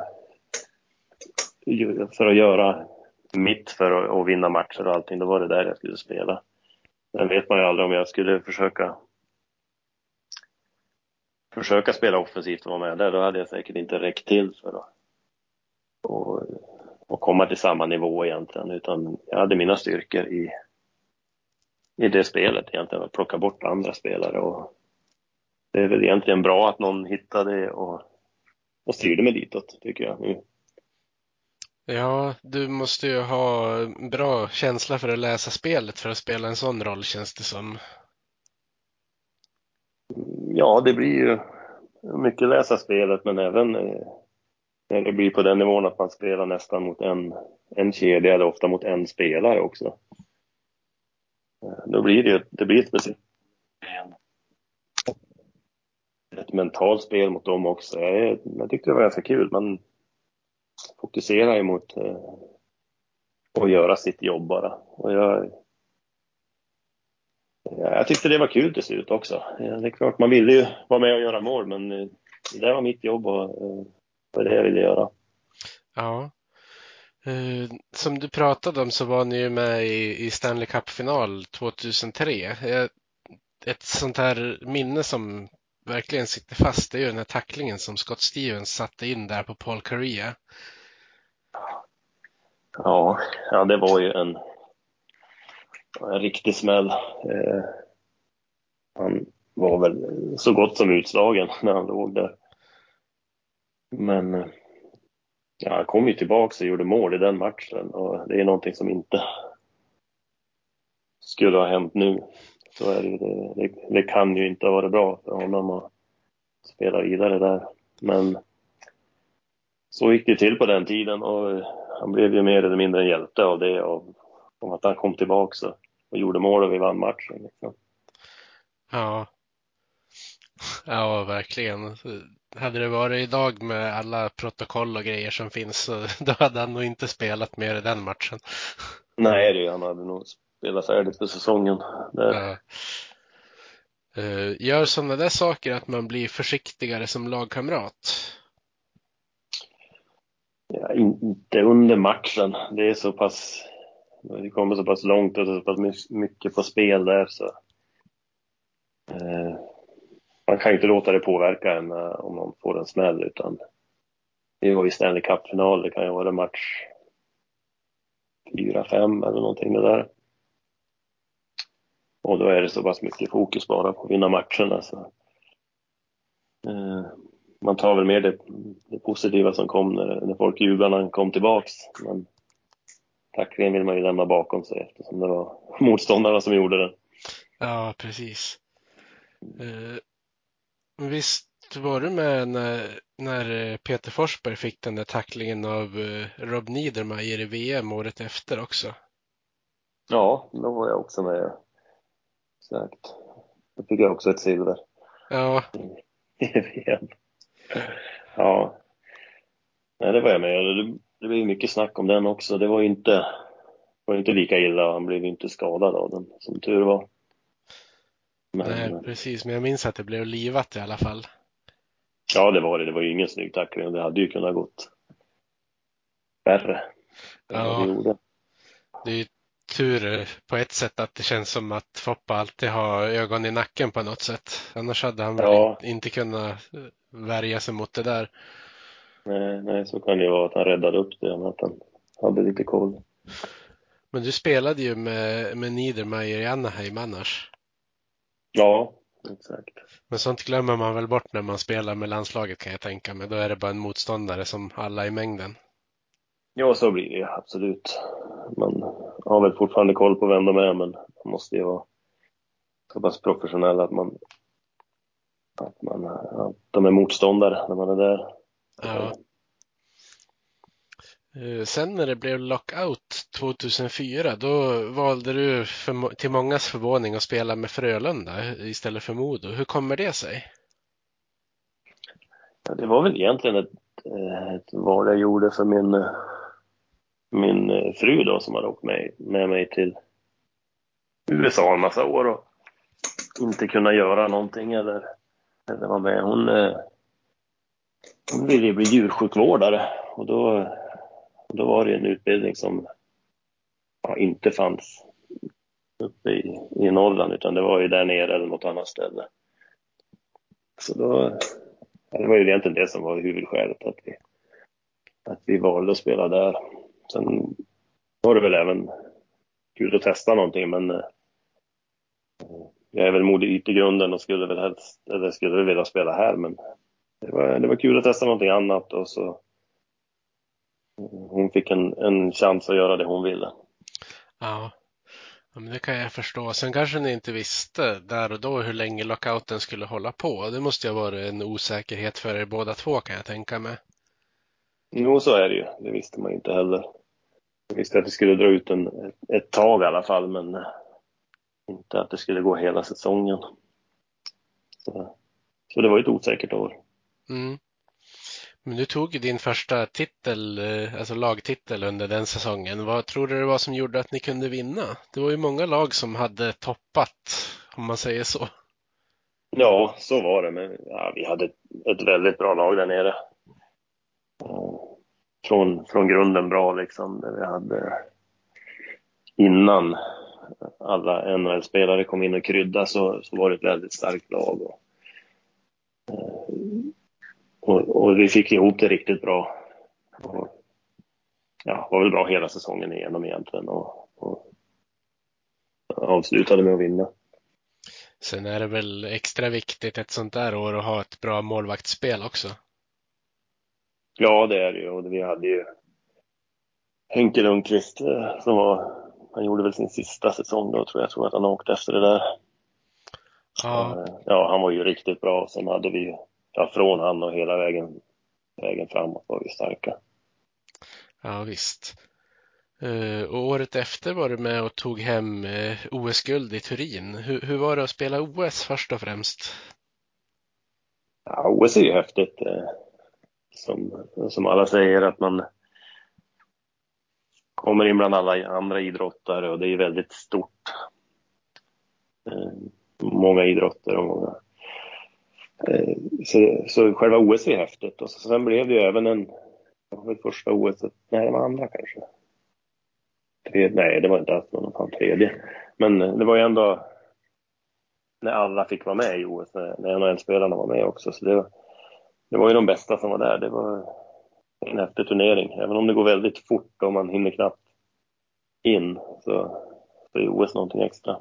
för att göra mitt för att vinna matcher och allting, då var det där jag skulle spela. Sen vet man ju aldrig om jag skulle försöka spela offensivt och vara med där. Då hade jag säkert inte räckt till för att och komma till samma nivå egentligen. Utan jag hade mina styrkor i det spelet egentligen. Att plocka bort andra spelare. Och det är väl egentligen bra att någon hittade och styrde mig ditåt, tycker jag nu. Ja, du måste ju ha bra känsla för att läsa spelet för att spela en sån roll, känns det som. Ja, det blir ju mycket läsa spelet, men även när det blir på den nivån att man spelar nästan mot en kedja eller ofta mot en spelare också. Då blir det blir ett mentalt spel mot dem också. Jag tyckte det var ganska kul. Man fokuserar ju mot att göra sitt jobb bara. Och Jag tyckte det var kul till slut också. Det är klart, man ville ju vara med och göra mål, men det var mitt jobb och det var det jag ville göra. Ja. Som du pratade om så var ni ju med i Stanley Cup-final 2003. Ett sånt här minne som verkligen sitter fast, det är ju den här tacklingen som Scott Stevens satte in där på Paul Kariya. Ja, det var ju en riktig smäll. Han var väl så gott som utslagen när han låg där. Men ja, han kom ju tillbaka och gjorde mål i den matchen. Och det är någonting som inte skulle ha hänt nu. Så är det kan ju inte ha varit bra för honom att spela vidare där. Men så gick det till på den tiden och han blev ju mer eller mindre en hjälte av det. Om att han kom tillbaka och gjorde mål och vi vann matchen. Liksom. Ja, verkligen. Hade det varit idag med alla protokoll och grejer som finns så då hade han nog inte spelat mer i den matchen. Nej, han hade nog spelat färdigt för säsongen. Ja. Gör sådana där saker att man blir försiktigare som lagkamrat? Ja, inte under matchen. Det är så pass... Det kommer så pass långt och så pass mycket på spel där så... Man kan ju inte låta det påverka en om man får en smäll, utan det var ju Stanley Cup-final. Det kan ju vara match 4-5 eller någonting det där. Och då är det så pass mycket fokus bara på att vinna matcherna. Så, man tar väl med det positiva som kom när folk jublade när han kom tillbaks. Men tacklingen vill man ju lämna bakom sig eftersom det var motståndarna som gjorde det. Ja, precis. Visst var du med när Peter Forsberg fick den där tacklingen av Rob Niedermayer i VM året efter också? Ja, då var jag också med. Exakt. Då fick jag också ett silver. Ja. I VM. Ja. Nej, det var jag med. Det blev mycket snack om den också. Det var inte lika illa. Han blev inte skadad av den, som tur var. Nej, precis. Men jag minns att det blev livat i alla fall. Ja, det var det. Det var ju ingen snygg tackling. Det hade ju kunnat gått värre. Ja, det gjorde. Det är ju tur på ett sätt att det känns som att Foppa alltid har ögon i nacken på något sätt. Annars hade han väl inte kunnat värja sig mot det där. Nej, så kan det ju vara att han räddade upp det. Att han hade lite koll. Men du spelade ju med Niedermayer i Anaheim annars. Ja, exakt. Men sånt glömmer man väl bort när man spelar med landslaget, kan jag tänka mig. Då är det bara en motståndare som alla i mängden. Ja, så blir det absolut. Man har väl fortfarande koll på vem de är, men man måste ju vara så pass professionell att de är motståndare när man är där. Ja. Sen när det blev lockout 2004, då valde du till mångas förvåning att spela med Frölunda istället för Modo. Hur kommer det sig? Ja, det var väl egentligen ett val jag gjorde för min fru då, som hade åkt med mig till USA en massa år och inte kunna göra någonting eller vara med. Hon ville ju bli djursjukvårdare och då var det en utbildning som inte fanns uppe i Norrland, utan det var ju där nere eller något annat ställe. Så det var ju egentligen det som var huvudskälet att vi valde att spela där. Sen var det väl även kul att testa någonting, men jag är väl modig i grunden och skulle väl vilja spela här, men det var kul att testa någonting annat och så hon fick en chans att göra det hon ville. Ja, men det kan jag förstå. Sen kanske ni inte visste där och då hur länge lockouten skulle hålla på. Det måste ju ha varit en osäkerhet för er båda två, kan jag tänka mig. Jo, så är det ju. Det visste man inte heller. Jag visste att det skulle dra ut ett tag i alla fall, men inte att det skulle gå hela säsongen. Så det var ett osäkert år. Mm. Men du tog ju din första titel, alltså lagtitel under den säsongen. Vad tror du det var som gjorde att ni kunde vinna? Det var ju många lag som hade toppat om man säger så. Ja, så var det. Men ja, vi hade ett väldigt bra lag där nere. Från grunden bra liksom. Där vi hade innan alla NHL-spelare kom in och krydda så var det ett väldigt starkt lag. Och vi fick ihop det riktigt bra. Och, ja, var väl bra hela säsongen igenom egentligen. Och avslutade med att vinna. Sen är det väl extra viktigt ett sånt där år att ha ett bra målvaktsspel också. Ja, det är det ju. Och vi hade ju Henke Lundqvist han gjorde väl sin sista säsong då, tror jag att han åkte efter det där. Ja, Ja, han var ju riktigt bra. Sen hade vi från han och hela vägen framåt var vi starka. ja visst. Och året efter var du med och tog hem OS-guld i Turin. Hur var det att spela OS först och främst? Ja, OS är ju häftigt. Som alla säger, att man kommer in bland alla andra idrottare, och det är ju väldigt stort. Många idrotter och många. Så själva OS är häftigt. Och sen blev det ju även första OS. Nej, det var andra kanske. Nej, det var inte alls någon tredje. Men det var ju ändå när alla fick vara med i OS, när NHL-spelarna var med också. Så det var ju de bästa som var där. Det var en häftig turnering. Även om det går väldigt fort och man hinner knappt in, så är OS någonting extra.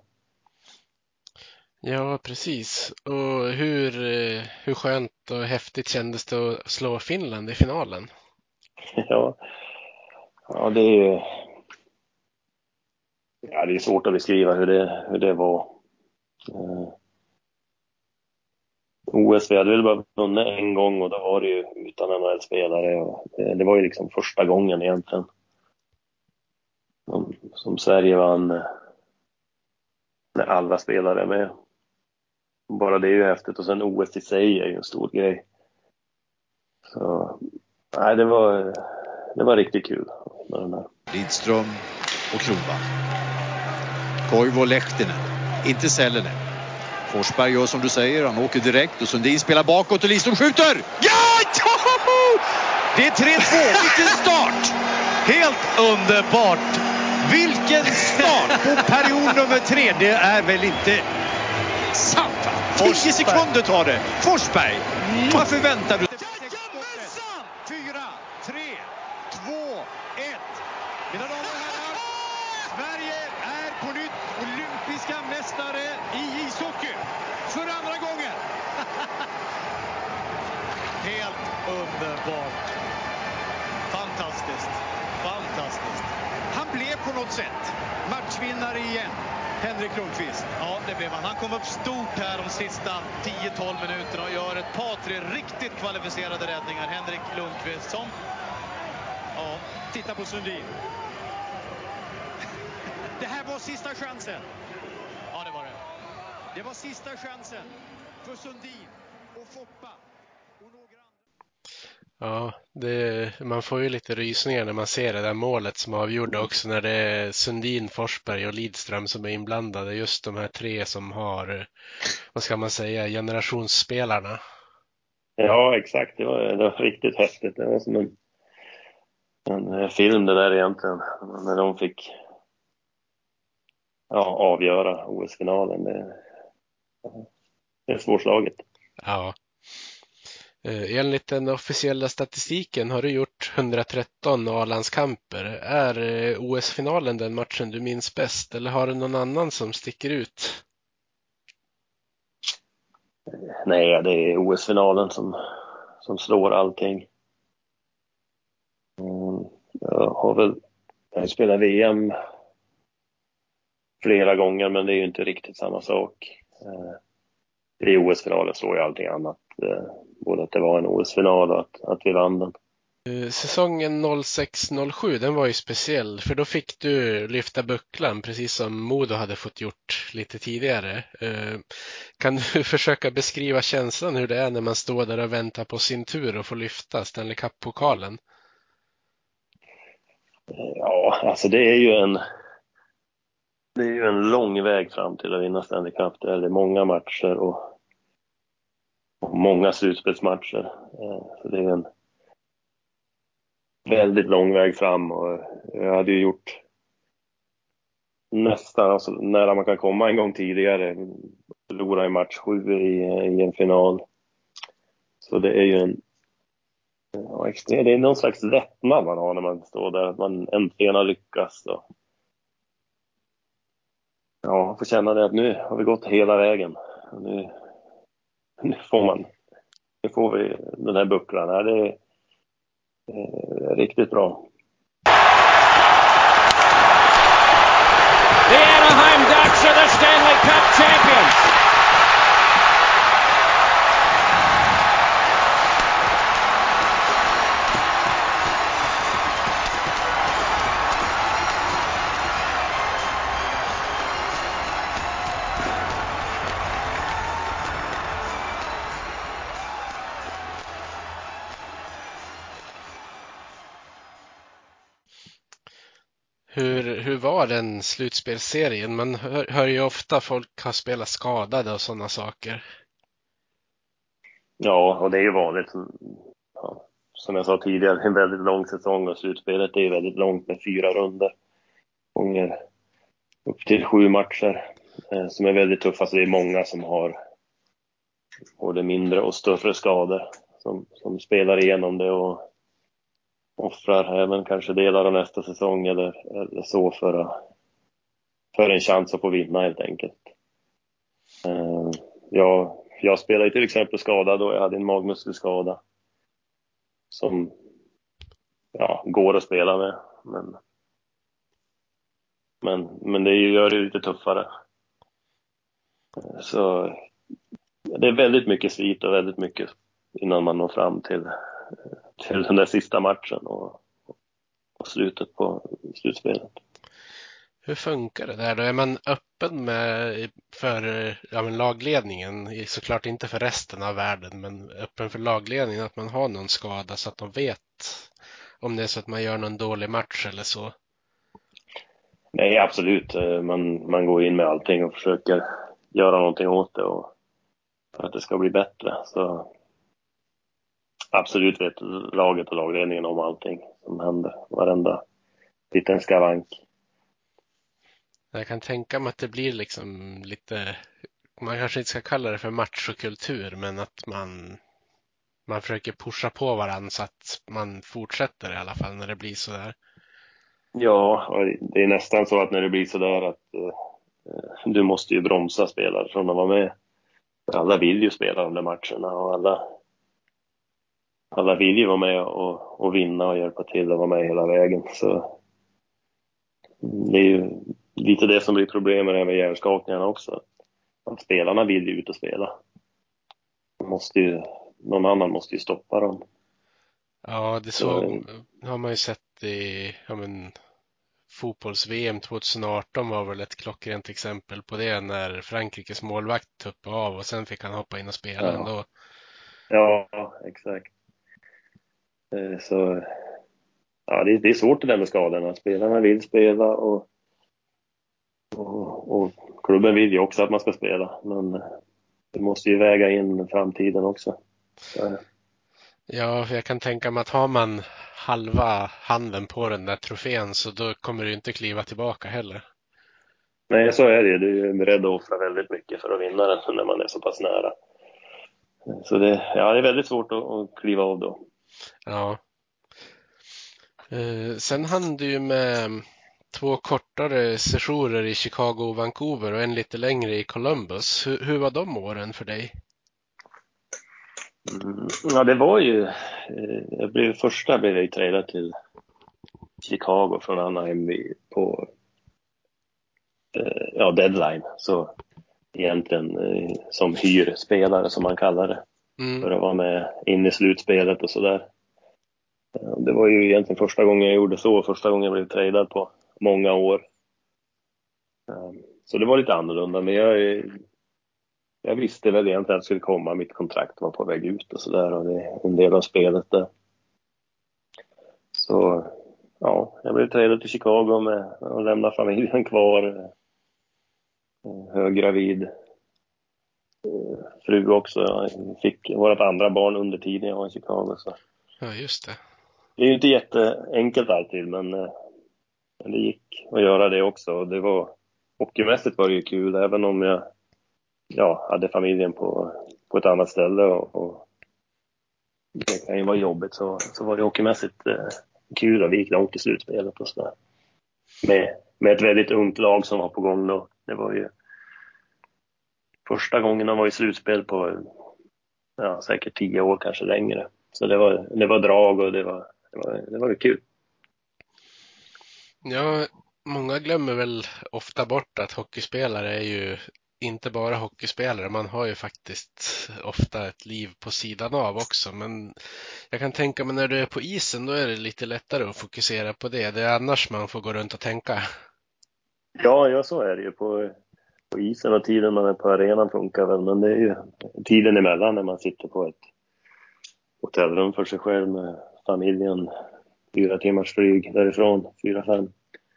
Ja, precis. Och hur skönt och häftigt kändes det att slå Finland i finalen? Ja, det är svårt att beskriva hur det var. OS, vi hade väl bara vunnit en gång, och då var det ju utan NHL-spelare. Det var ju liksom första gången egentligen som Sverige vann när alla spelare är med. Bara det är ju häftigt, och sen OS i sig är ju en stor grej. Så nej, det var riktigt kul med den här. Lidström och Kronwall. Koivu och Lehtinen. Inte Sellenen. Forsberg gör som du säger. Han åker direkt och Sundin spelar bakåt och Lidström skjuter. Ja! Det är 3-2. Vilken start! Helt underbart. Vilken start på period nummer 3. Det är väl inte sant, va? 10 sekunder tar det. Forsberg. Varför väntar du? 4, 3, 2, 1. Mina damer och herrar, Sverige är på nytt olympiska mästare i ishockey. För andra gången. Helt underbart. Fantastiskt. Fantastiskt. Han blev på något sätt matchvinnare igen. Henrik Lundqvist. Ja, det blev han. Han kom upp stort här de sista 10-12 minuterna och gör ett par, 3 riktigt kvalificerade räddningar. Henrik Lundqvist som... Ja, titta på Sundin. Det här var sista chansen. Ja, det var det. Det var sista chansen för Sundin och Foppa och några andra. Ja, man får ju lite rysningar när man ser det där målet som avgjorde också, när det är Sundin, Forsberg och Lidström som är inblandade. Just de här 3 som har, vad ska man säga, generationsspelarna. Ja, exakt. Det var riktigt häftigt. Det var som en film det där egentligen. När de fick avgöra OS-finalen. Det är svårslaget. Ja. Enligt den officiella statistiken har du gjort 113 A-landskamper. Är OS-finalen den matchen du minns bäst, eller har du någon annan som sticker ut? Nej, det är OS-finalen som slår allting. Jag har spelat VM flera gånger, men det är ju inte riktigt samma sak. I OS-finalen slår ju allting annat. Både att det var en OS-final och att vi vann den. Säsongen 06-07, den var ju speciell, för då fick du lyfta bucklan precis som Modo hade fått gjort lite tidigare. Kan du försöka beskriva känslan hur det är när man står där och väntar på sin tur och får lyfta Stanley Cup-pokalen? Ja, alltså det är ju Det är ju en lång väg fram till att vinna Stanley Cup. Det är många matcher och många slutspelsmatcher. Så det är en väldigt lång väg fram, och jag hade ju gjort nästan alltså, nära man kan komma en gång tidigare. Förlora i match 7 i en final. Så det är ju det är någon slags lättnad man har när man står där, att man äntligen har lyckats. Och ja, får känna det att nu har vi gått hela vägen. Nu får vi den här bucklan här. Det är riktigt bra. The Anaheim Ducks are the Stanley Cup champions. Hur var den slutspelsserien? Man hör ju ofta folk har spelat skadade och sådana saker. Ja, och det är ju vanligt. Ja, som jag sa tidigare, en väldigt lång säsong, och slutspelet är ju väldigt långt med 4 runder. Gånger upp till 7 matcher som är väldigt tuffa. Så det är många som har både mindre och större skador som spelar igenom det och offrar även kanske delar av nästa säsong eller så för en chans att få vinna helt enkelt. Jag spelade till exempel skadad, och jag hade en magmuskelskada som går att spela med, men det gör det lite tuffare. Så det är väldigt mycket slit och väldigt mycket innan man når fram till den där sista matchen och slutet på slutspelet. Hur funkar det där då? Är man öppen för lagledningen? Såklart inte för resten av världen, men öppen för lagledningen att man har någon skada så att de vet om det är så att man gör någon dålig match eller så? Nej, absolut. Man går in med allting och försöker göra någonting åt det och för att det ska bli bättre. Så absolut vet laget och lagledningen om allting som händer. Varenda liten skavank. Jag kan tänka mig att det blir liksom lite, man kanske inte ska kalla det för machokultur, men att man försöker pusha på varandra så att man fortsätter i alla fall när det blir så där. Ja, och det är nästan så att när det blir så där att du måste ju bromsa spelare från att vara med. Alla vill ju spela de där matcherna, och alla vill ju vara med och vinna och hjälpa till att vara med hela vägen. Så det är ju lite det som blir problemet med hjärnskakningarna också. Att spelarna vill ju ut och spela. Någon annan måste ju stoppa dem. Ja, det har man ju sett i fotbolls-VM 2018 var väl ett klockrent exempel på det, när Frankrikes målvakt tuppade av och sen fick han hoppa in och spela ändå. Ja, exakt. Så ja, det är svårt det där med skadorna. Spelarna vill spela och klubben vill ju också att man ska spela, men det måste ju väga in framtiden också. Så. Ja, för jag kan tänka mig att har man halva handen på den där trofén så då kommer du inte kliva tillbaka heller. Nej, så är det. Du är beredd att offra väldigt mycket för att vinna den när man är så pass nära. Så det är väldigt svårt att kliva av då. Ja. Sen hann du ju med 2 kortare sessioner i Chicago och Vancouver och en lite längre i Columbus. Hur var de åren för dig? Ja, det var ju... Första blev jag tradad till Chicago från Anaheim på deadline. Så egentligen som hyrspelare som man kallar det. För att vara med in i slutspelet och sådär. Det var ju egentligen första gången jag gjorde så. Första gången jag blev tradad på många år. Så det var lite annorlunda. Men jag visste väl egentligen att det skulle komma. Mitt kontrakt var på väg ut och sådär. Och det är en del av spelet där. Så ja, jag blev tradad till Chicago med och lämna familjen kvar. höggravid fru också. Jag fick vårt andra barn under tiden jag var i Chicago. Så. Ja, just det. Det är ju inte jätteenkelt alltid, men det gick att göra det också. Och det var, hockeymässigt var det ju kul, även om jag hade familjen på ett annat ställe. Och det kan ju vara jobbigt, så var det hockeymässigt kul. Och vi gick långt i slutspelet och sådär. Med ett väldigt ungt lag som var på gång då. Det var ju första gången de var i slutspel på säkert 10 år, kanske längre. Så det var drag och det var kul. Ja, många glömmer väl ofta bort att hockeyspelare är ju inte bara hockeyspelare. Man har ju faktiskt ofta ett liv på sidan av också. Men jag kan tänka mig när du är på isen, då är det lite lättare att fokusera på det. Det är annars man får gå runt och tänka. Ja, så är det ju. På isen och tiden man är på arenan funkar väl. Men det är ju tiden emellan när man sitter på ett hotellrum för sig själv med familjen. 4 timmars flyg därifrån, 4-5.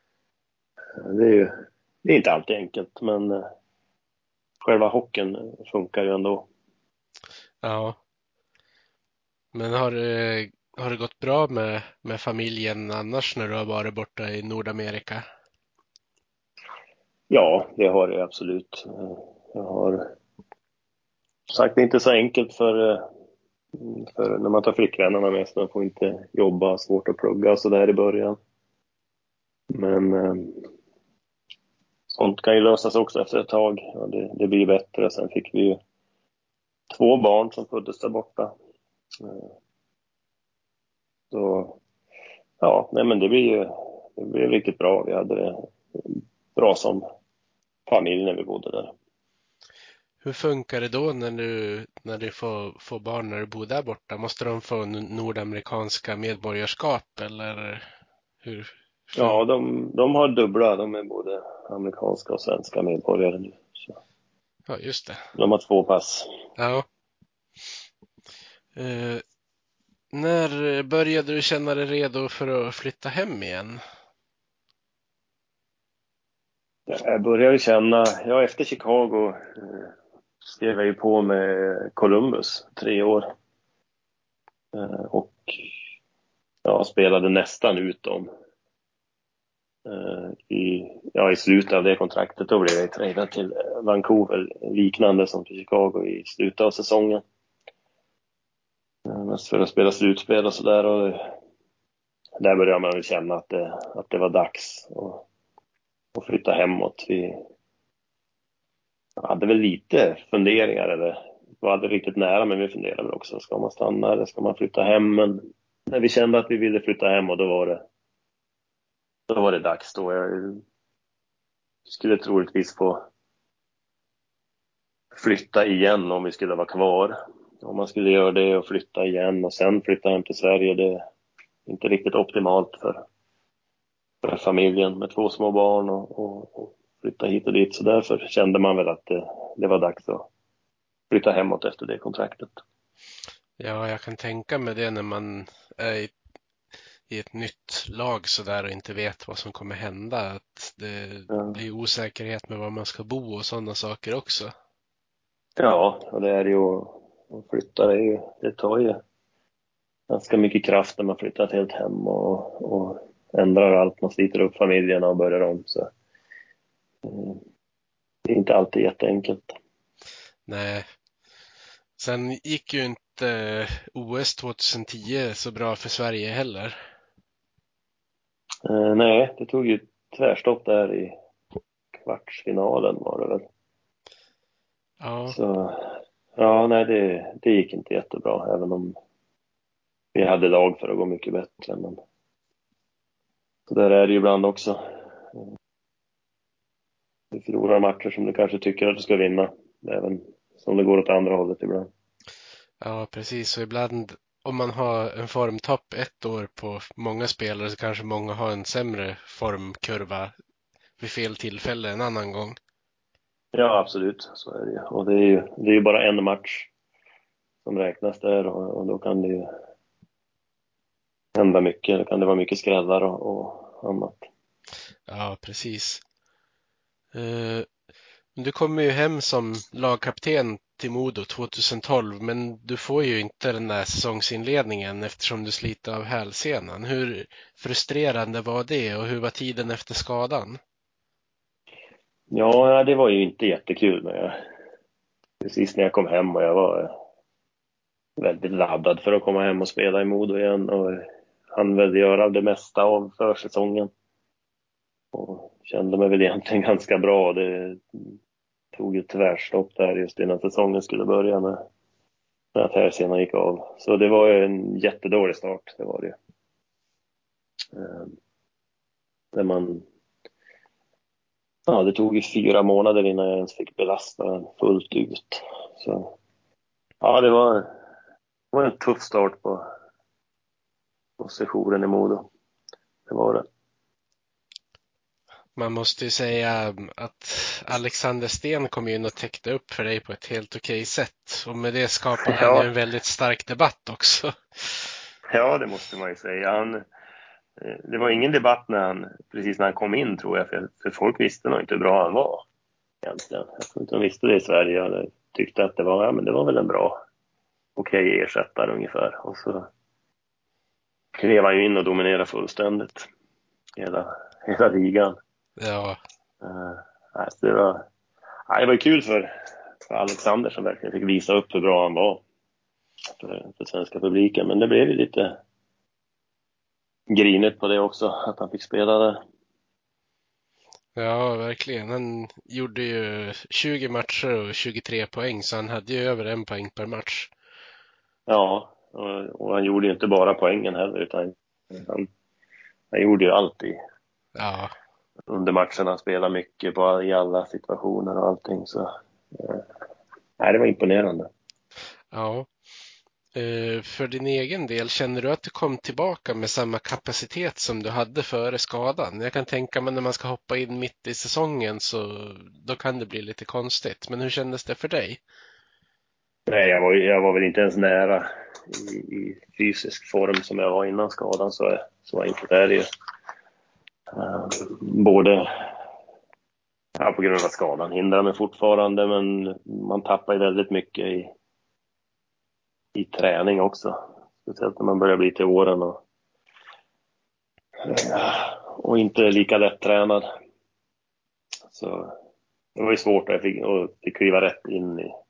Det är inte alltid enkelt, men själva hockeyn funkar ju ändå. Ja. Men har det gått bra med familjen annars när du har varit borta i Nordamerika? Ja, det har det absolut. Jag har sagt det är inte så enkelt för när man tar flickvännerna med, så man får inte jobba, svårt att plugga så där i början. Men sånt kan ju lösas också efter ett tag. Ja, det blir bättre. Sen fick vi ju 2 barn som föddes där borta. Så men det blir riktigt bra. Vi hade det bra som familj när vi bodde där. Hur funkar det då när du får barn när du bor där borta? Måste de få nordamerikanska medborgarskap eller hur? Ja, de har dubbla. De är både amerikanska och svenska medborgare nu. Så. Ja, just det. De har 2 pass. Ja. När började du känna dig redo för att flytta hem igen? Jag började känna, efter Chicago skrev jag ju på med Columbus 3 år. Och spelade nästan ut dem. I slutet av det kontraktet då blev jag tradad till Vancouver, liknande som till Chicago i slutet av säsongen. Mest för att spela slutspel och sådär, och där började man väl känna att det var dags att flytta hemåt. Vi hade väl lite funderingar, eller var aldrig riktigt nära, men vi funderade väl också, ska man stanna eller ska man flytta hem? Men när vi kände att vi ville flytta hem, och då var det dags då. Jag skulle troligtvis få flytta igen om vi skulle vara kvar. Om man skulle göra det och flytta igen och sen flytta hem till Sverige, det är inte riktigt optimalt för familjen med 2 små barn och flytta hit och dit. Så därför kände man väl att det var dags att flytta hemåt efter det kontraktet. Ja, jag kan tänka mig det när man är i ett nytt lag så där och inte vet vad som kommer hända. Att det blir osäkerhet med var man ska bo och sådana saker också. Ja, och det är ju att flytta, det tar ju ganska mycket kraft när man flyttar ett helt hem och ändrar allt. Man sliter upp familjerna och börjar om. Så det är inte alltid jätteenkelt. Nej. Sen gick ju inte OS 2010 så bra för Sverige heller. Nej, det tog ju tvärstopp där i kvartsfinalen var det väl. Ja. Så nej, det gick inte jättebra, även om vi hade lag för att gå mycket bättre. Men så där är det ju ibland också. Du förlorar matcher som du kanske tycker att du ska vinna, även som det går åt andra hållet ibland. Ja, precis. Och ibland om man har en formtopp ett år på många spelare så kanske många har en sämre formkurva vid fel tillfälle en annan gång. Ja, absolut. Så är det ju. Och det är ju bara en match som räknas där, och då kan det ju hända mycket. Då kan det vara mycket skrällar och annat. Ja, precis. Du kommer ju hem som lagkapten till Modo 2012, men du får ju inte den där säsongsinledningen eftersom du sliter av hälsenan. Hur frustrerande var det och hur var tiden efter skadan? Ja, det var ju inte jättekul. Men precis när jag kom hem och jag var väldigt laddad för att komma hem och spela i Modo igen. Och han väl göra det mesta av försäsongen. Och kände mig väl egentligen ganska bra. Det tog ett tvärstopp där just innan säsongen skulle börja med att hälsenan gick av. Så det var ju en jättedålig start, det var det. Där man... Ja, det tog ju 4 månader innan jag ens fick belasta den fullt ut. Så ja, det var en tuff start på sessionen i Modo. Det var det. Man måste ju säga att Alexander Sten kom in och täckte upp för dig på ett helt okej sätt. Och med det skapade han ju en väldigt stark debatt också. Ja, det måste man ju säga. Det var ingen debatt precis när han kom in, tror jag. För folk visste nog inte hur bra han var egentligen. Jag tror inte de visste det i Sverige. Eller tyckte att det var väl en bra, okej ersättare ungefär. Och så klev han ju in och dominerade fullständigt hela ligan. Ja. Så det var kul för Alexander som verkligen fick visa upp hur bra han var för svenska publiken. Men det blev ju lite grinet på det också, att han fick spela där. Ja, verkligen. Han gjorde ju 20 matcher och 23 poäng, så han hade ju över 1 poäng per match. Ja, och han gjorde ju inte bara poängen heller, utan han gjorde ju allt under matcherna. Han spelade mycket i alla situationer och allting. Så det var imponerande. Ja. För din egen del, känner du att du kom tillbaka med samma kapacitet som du hade före skadan? Jag kan tänka mig när man ska hoppa in mitt i säsongen, så då kan det bli lite konstigt. Men hur kändes det för dig? Nej, jag var väl inte ens nära i fysisk form som jag var innan skadan, så enkelt är det ju. Både på grund av att skadan hindrar mig fortfarande, men man tappar ju väldigt mycket i träning också. Speciellt när man börjar bli till åren och inte lika lättränad. Så det var ju svårt att jag fick kliva rätt in i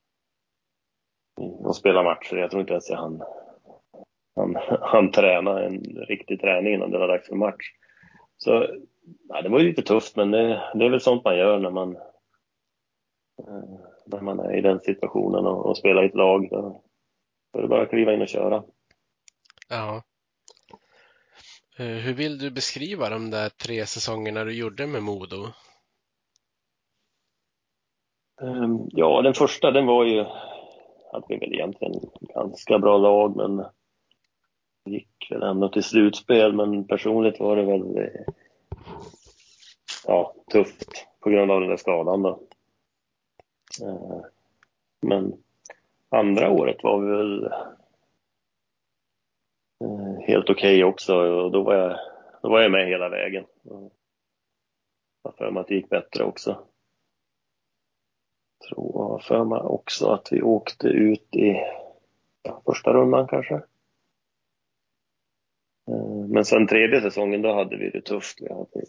och spela matcher. Jag tror inte ens han tränade en riktig träning innan det var dags för match. Så det var ju lite tufft, men det är väl sånt man gör när man är i den situationen och spelar i ett lag. Då är det bara att kliva in och köra. Ja. Hur vill du beskriva de där 3 säsongerna du gjorde med Modo? Ja, den första, den var ju, hade vi väl egentligen ganska bra lag, men det gick väl ändå till slutspel. Men personligt var det väl tufft på grund av den där skadan då. Men andra året var vi väl helt okej också, och då var jag med hela vägen. Jag för mig att det gick bättre också. Tror för mig också att vi åkte ut i första rundan kanske. Men sen tredje säsongen, då hade vi det tufft. Vi hade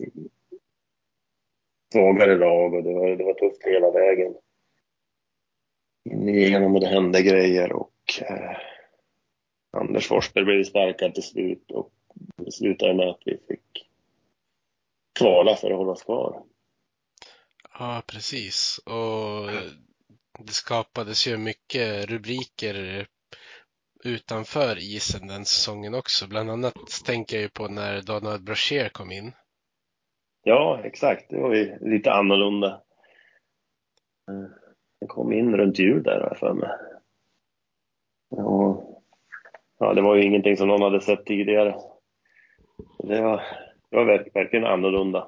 svagare lag och det var tufft hela vägen igenom, och det hände grejer, och Anders Forsberg blev starkare till slut, och det slutade med att vi fick kvala för att hålla oss kvar. Ja, precis. Och det skapades ju mycket rubriker utanför isen den säsongen också. Bland annat tänker jag ju på när Donald Brashear kom in. Ja, exakt. Det var ju lite annorlunda. Han kom in runt jul där för mig. Ja, det var ju ingenting som någon hade sett tidigare. Det var verkligen annorlunda.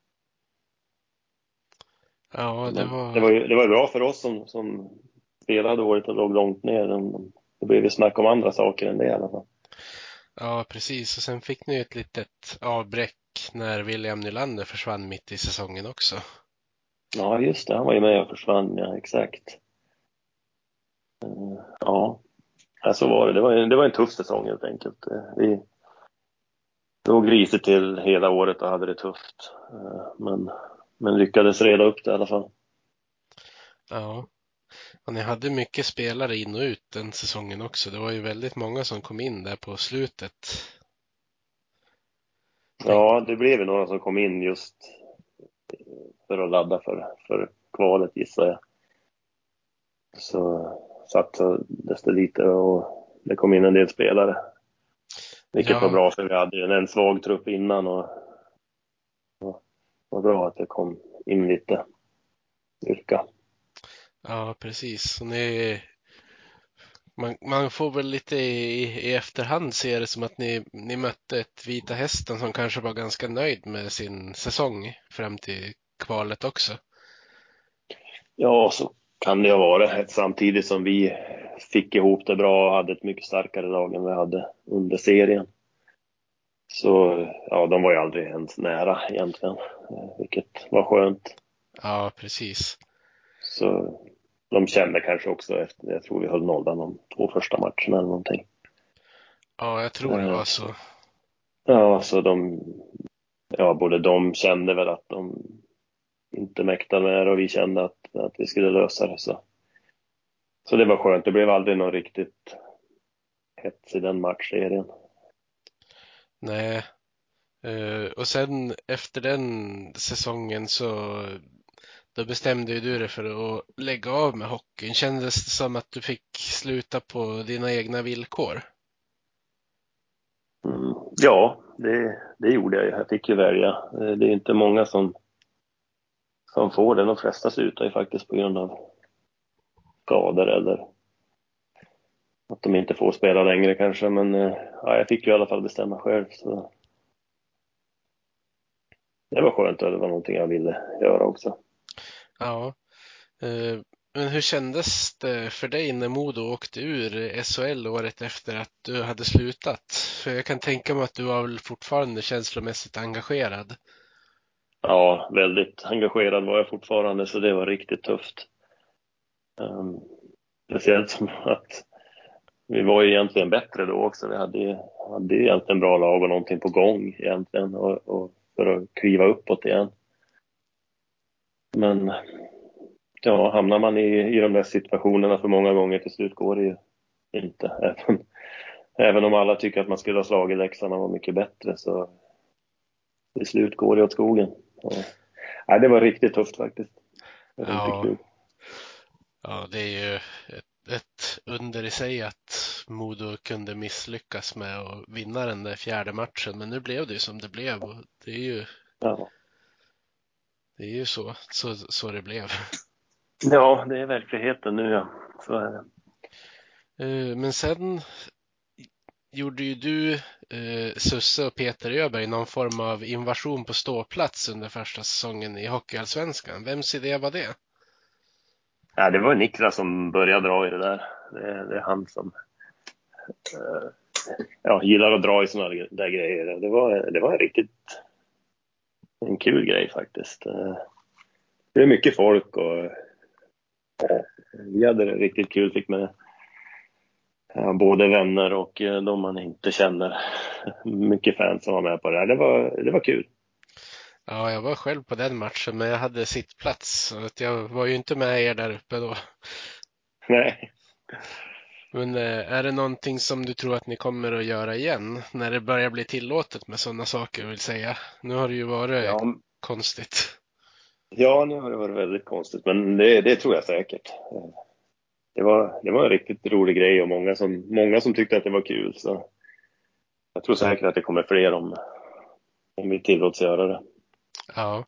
Ja, det var bra för oss som spelade året och låg långt ner. Det blev ju snack om andra saker än det i alla fall. Ja, precis. Och sen fick ni ett litet avbräck när William Nylander försvann mitt i säsongen också. Ja, just det. Han var ju med och försvann, ja, exakt. Ja, så var det. Det var en tuff säsong helt enkelt. Vi låg risigt till hela året och hade det tufft. Men lyckades reda upp det i alla fall. Ja, och ni hade mycket spelare in och ut den säsongen också. Det var ju väldigt många som kom in där på slutet. Ja, det blev ju några som kom in just för att ladda för kvalet, gissar jag. Så satsades det lite och det kom in en del spelare. Vilket var bra, för vi hade en svag trupp innan och var bra att det kom in lite styrka. Ja, precis. Och man får väl lite i efterhand se det som att ni mötte ett Vita Hästen som kanske var ganska nöjd med sin säsong fram till kvalet också. Ja, så kan det ha varit. Samtidigt som vi fick ihop det bra och hade ett mycket starkare lag än vi hade under serien. Så ja, de var ju aldrig ens nära egentligen, vilket var skönt. Ja, precis. Så de kände kanske också efter, jag tror vi höll nollan de 2 första matcherna eller någonting. Ja, jag tror det var så. Ja, så både de kände väl att de inte mäktade med det och vi kände att vi skulle lösa det. Så det var skönt. Det blev aldrig någon riktigt hets i den matchserien. Nej. Och sen efter den säsongen så då bestämde ju du dig för att lägga av med hockeyn. Kändes det som att du fick sluta på dina egna villkor? Ja, det gjorde jag. Jag fick ju välja. Det är inte många som får det. De flesta slutar ju faktiskt på grund av skador eller att de inte får spela längre kanske. Men ja, jag fick ju i alla fall bestämma själv. Så det var skönt och det var någonting jag ville göra också. Ja. Men hur kändes det för dig när Modo åkte ur SHL året efter att du hade slutat? För jag kan tänka mig att du var väl fortfarande känslomässigt engagerad. Ja, väldigt engagerad var jag fortfarande, så det var riktigt tufft. Speciellt som att vi var ju egentligen bättre då också. Vi hade ju egentligen bra lag och någonting på gång egentligen och för att kliva uppåt igen. Men ja, hamnar man i de där situationerna för många gånger, till slut går det ju inte. Även om alla tycker att man skulle ha slagit Leksand och var mycket bättre, så till slut går det åt skogen. Ja, det var riktigt tufft faktiskt. Det var inte kul. Ja, det är ju ett under i sig att Modo kunde misslyckas med att vinna den där 4:e matchen, men nu blev det ju som det blev och det är ju så det blev. Ja, det är verkligheten nu, ja. Så är det. Men sen gjorde ju du, Susse och Peter Öberg någon form av invasion på ståplats under första säsongen i Hockeyallsvenskan. Vems idé var det? Ja, det var Niklas som började dra i det där. Det är han som gillar att dra i såna där grejer. Det var en kul grej faktiskt. Det är mycket folk och vi hade det riktigt kul. Fick med både vänner och de man inte känner. Mycket fans som var med på det här. Det var kul. Ja, jag var själv på den matchen, men jag hade sittplats så att jag var ju inte med er där uppe då. Nej. Men är det någonting som du tror att ni kommer att göra igen när det börjar bli tillåtet med sådana saker, vill säga? Nu har det ju varit konstigt. Ja, nu har det varit väldigt konstigt, men det tror jag säkert. Det var en riktigt rolig grej och många som tyckte att det var kul, så jag tror säkert att det kommer fler om vi tillåts göra det. Ja.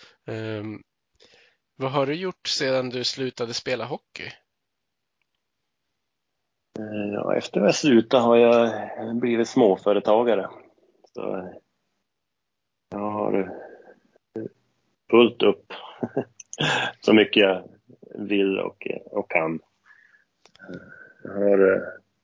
Vad har du gjort sedan du slutade spela hockey? Ja, efter att jag slutade har jag blivit småföretagare. Så jag har fullt upp så mycket jag vill och kan. Jag har,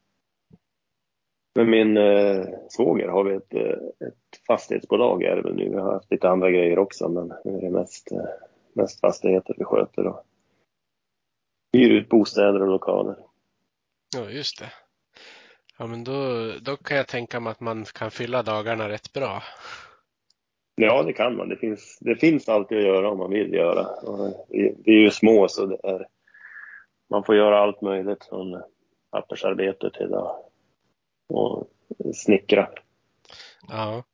med min svåger har vi ett fastighetsbolag här nu. Vi har haft lite andra grejer också, men nu är det mest fastigheter vi sköter och hyr ut bostäder och lokaler. Ja, just det. Ja, men då kan jag tänka mig att man kan fylla dagarna rätt bra. Ja, det kan man. Det finns alltid att göra om man vill göra. Och vi är ju små, så man får göra allt möjligt från pappersarbete till att snickra. Ja.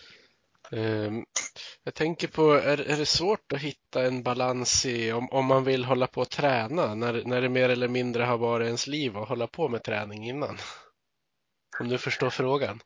Jag tänker på, är det svårt att hitta en balans i om man vill hålla på att träna när det mer eller mindre har varit ens liv att hålla på med träning innan? Om du förstår frågan.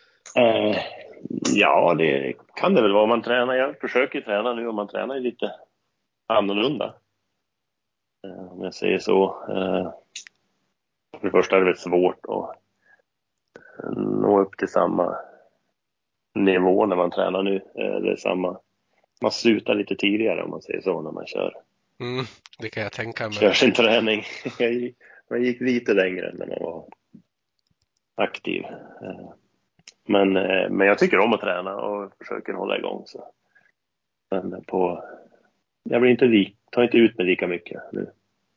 Ja, det kan det väl vara. Man tränar, jag försöker träna nu och man tränar ju lite annorlunda. Om jag säger så. För det första är det väl svårt att nå upp till samma nivå när man tränar nu. Eller man slutar lite tidigare, om man säger så, när man kör. Det kan jag tänka mig. Kör sin träning. Man gick lite längre när man var aktiv. Men jag tycker om att träna och försöker hålla igång. Så. Men jag blir tar inte ut mig lika mycket nu.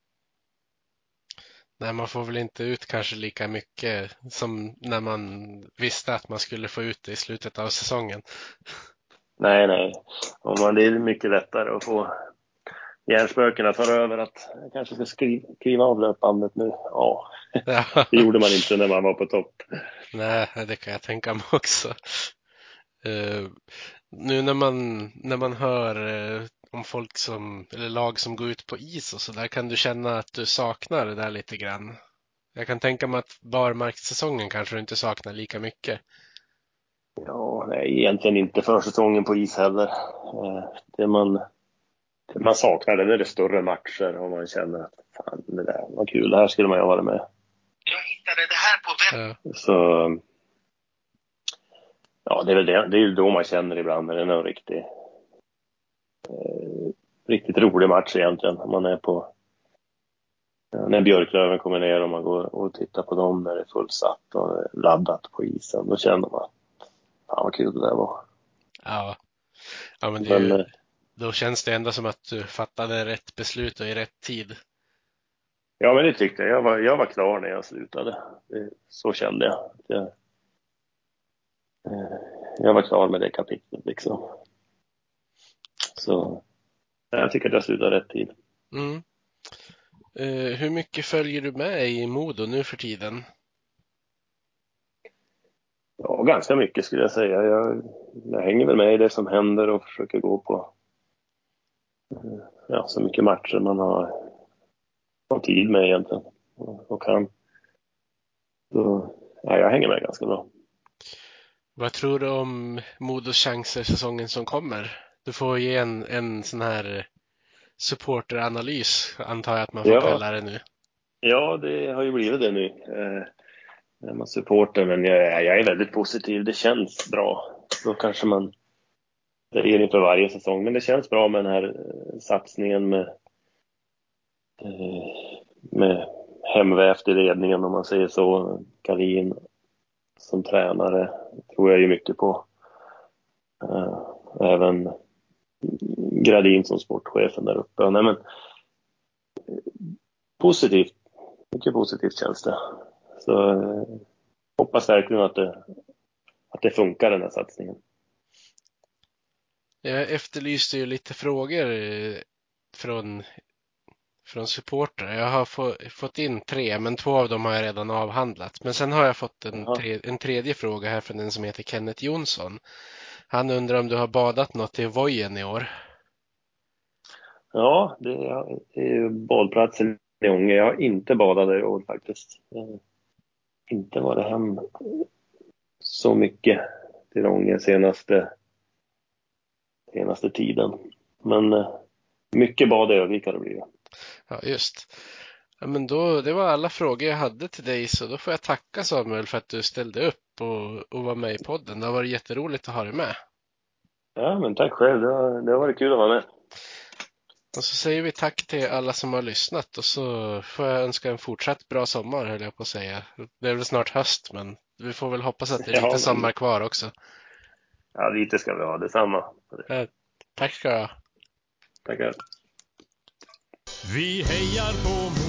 Nej, man får väl inte ut kanske lika mycket som när man visste att man skulle få ut det i slutet av säsongen. Nej. Det är mycket lättare att få hjärnspökena tar över att jag kanske ska skriva av löpbandet nu. Ja, det gjorde man inte när man var på topp. Nej, det kan jag tänka mig också. Nu när man hör om folk eller lag som går ut på is och så där, kan du känna att du saknar det där lite grann? Jag kan tänka mig att barmarkssäsongen kanske du inte saknar lika mycket. Ja, nej, egentligen inte försäsongen på is heller. Det man saknar, det är det större matcher och man känner att fan, det där var kul, det här skulle man ju vara med. Jag hittade det här på webb. Ja. Så ja, det är väl det är ju då man känner ibland när det är en riktigt rolig match egentligen. Man är när Björklöven kommer ner och man går och tittar på dem när det är fullsatt och laddat på isen, då känner man att fan vad kul det där var. Ja, men då känns det ändå som att du fattade rätt beslut och i rätt tid. Ja, men det tyckte jag. Jag var klar när jag slutade. Så kände jag. Jag var klar med det kapitlet liksom. Så jag tycker att jag slutade rätt tid. Hur mycket följer du med i Modo nu för tiden? Ja, ganska mycket skulle jag säga. Jag hänger väl med i det som händer och försöker gå på så mycket matcher man har tid med egentligen. Och kan. Så, jag hänger med ganska bra. Vad tror du om Modos chanser säsongen som kommer? Du får ge en sån här supporteranalys, antar jag att man får kalla det nu. Ja, det har ju blivit det nu. När man supporter, men jag är väldigt positiv. Det känns bra. Då kanske det är inför varje säsong, men det känns bra med den här satsningen med hemvävt i ledningen, om man säger så. Kalin som tränare tror jag ju mycket på. Även Gradin som sportchefen där uppe. Nej, men positivt. Mycket positivt känns det. Så hoppas verkligen att det funkar, den här satsningen. Jag efterlyste ju lite frågor från supportrar. Jag har fått in 3, men 2 av dem har jag redan avhandlat. Men sen har jag fått en tredje fråga här från en som heter Kenneth Jonsson. Han undrar om du har badat något i Vojen i år? Ja, det är ju badplatsen i Ånge. Jag har inte badat i år faktiskt. Jag har inte varit hem så mycket till Ånge senaste tiden. Men mycket bad i Övik har det blivit. Ja, just. Ja, men det var alla frågor jag hade till dig, så då får jag tacka Samuel för att du ställde upp och var med i podden. Det har varit jätteroligt att ha dig med. Ja, men tack själv. Det har varit kul att vara med. Och så säger vi tack till alla som har lyssnat, och så får jag önska en fortsatt bra sommar, höll jag på att säga. Det är väl snart höst, men vi får väl hoppas att det är lite sommar kvar också. Ja, lite ska vi ha. Detsamma. Tack ska du ha. Tackar. Vi hejar på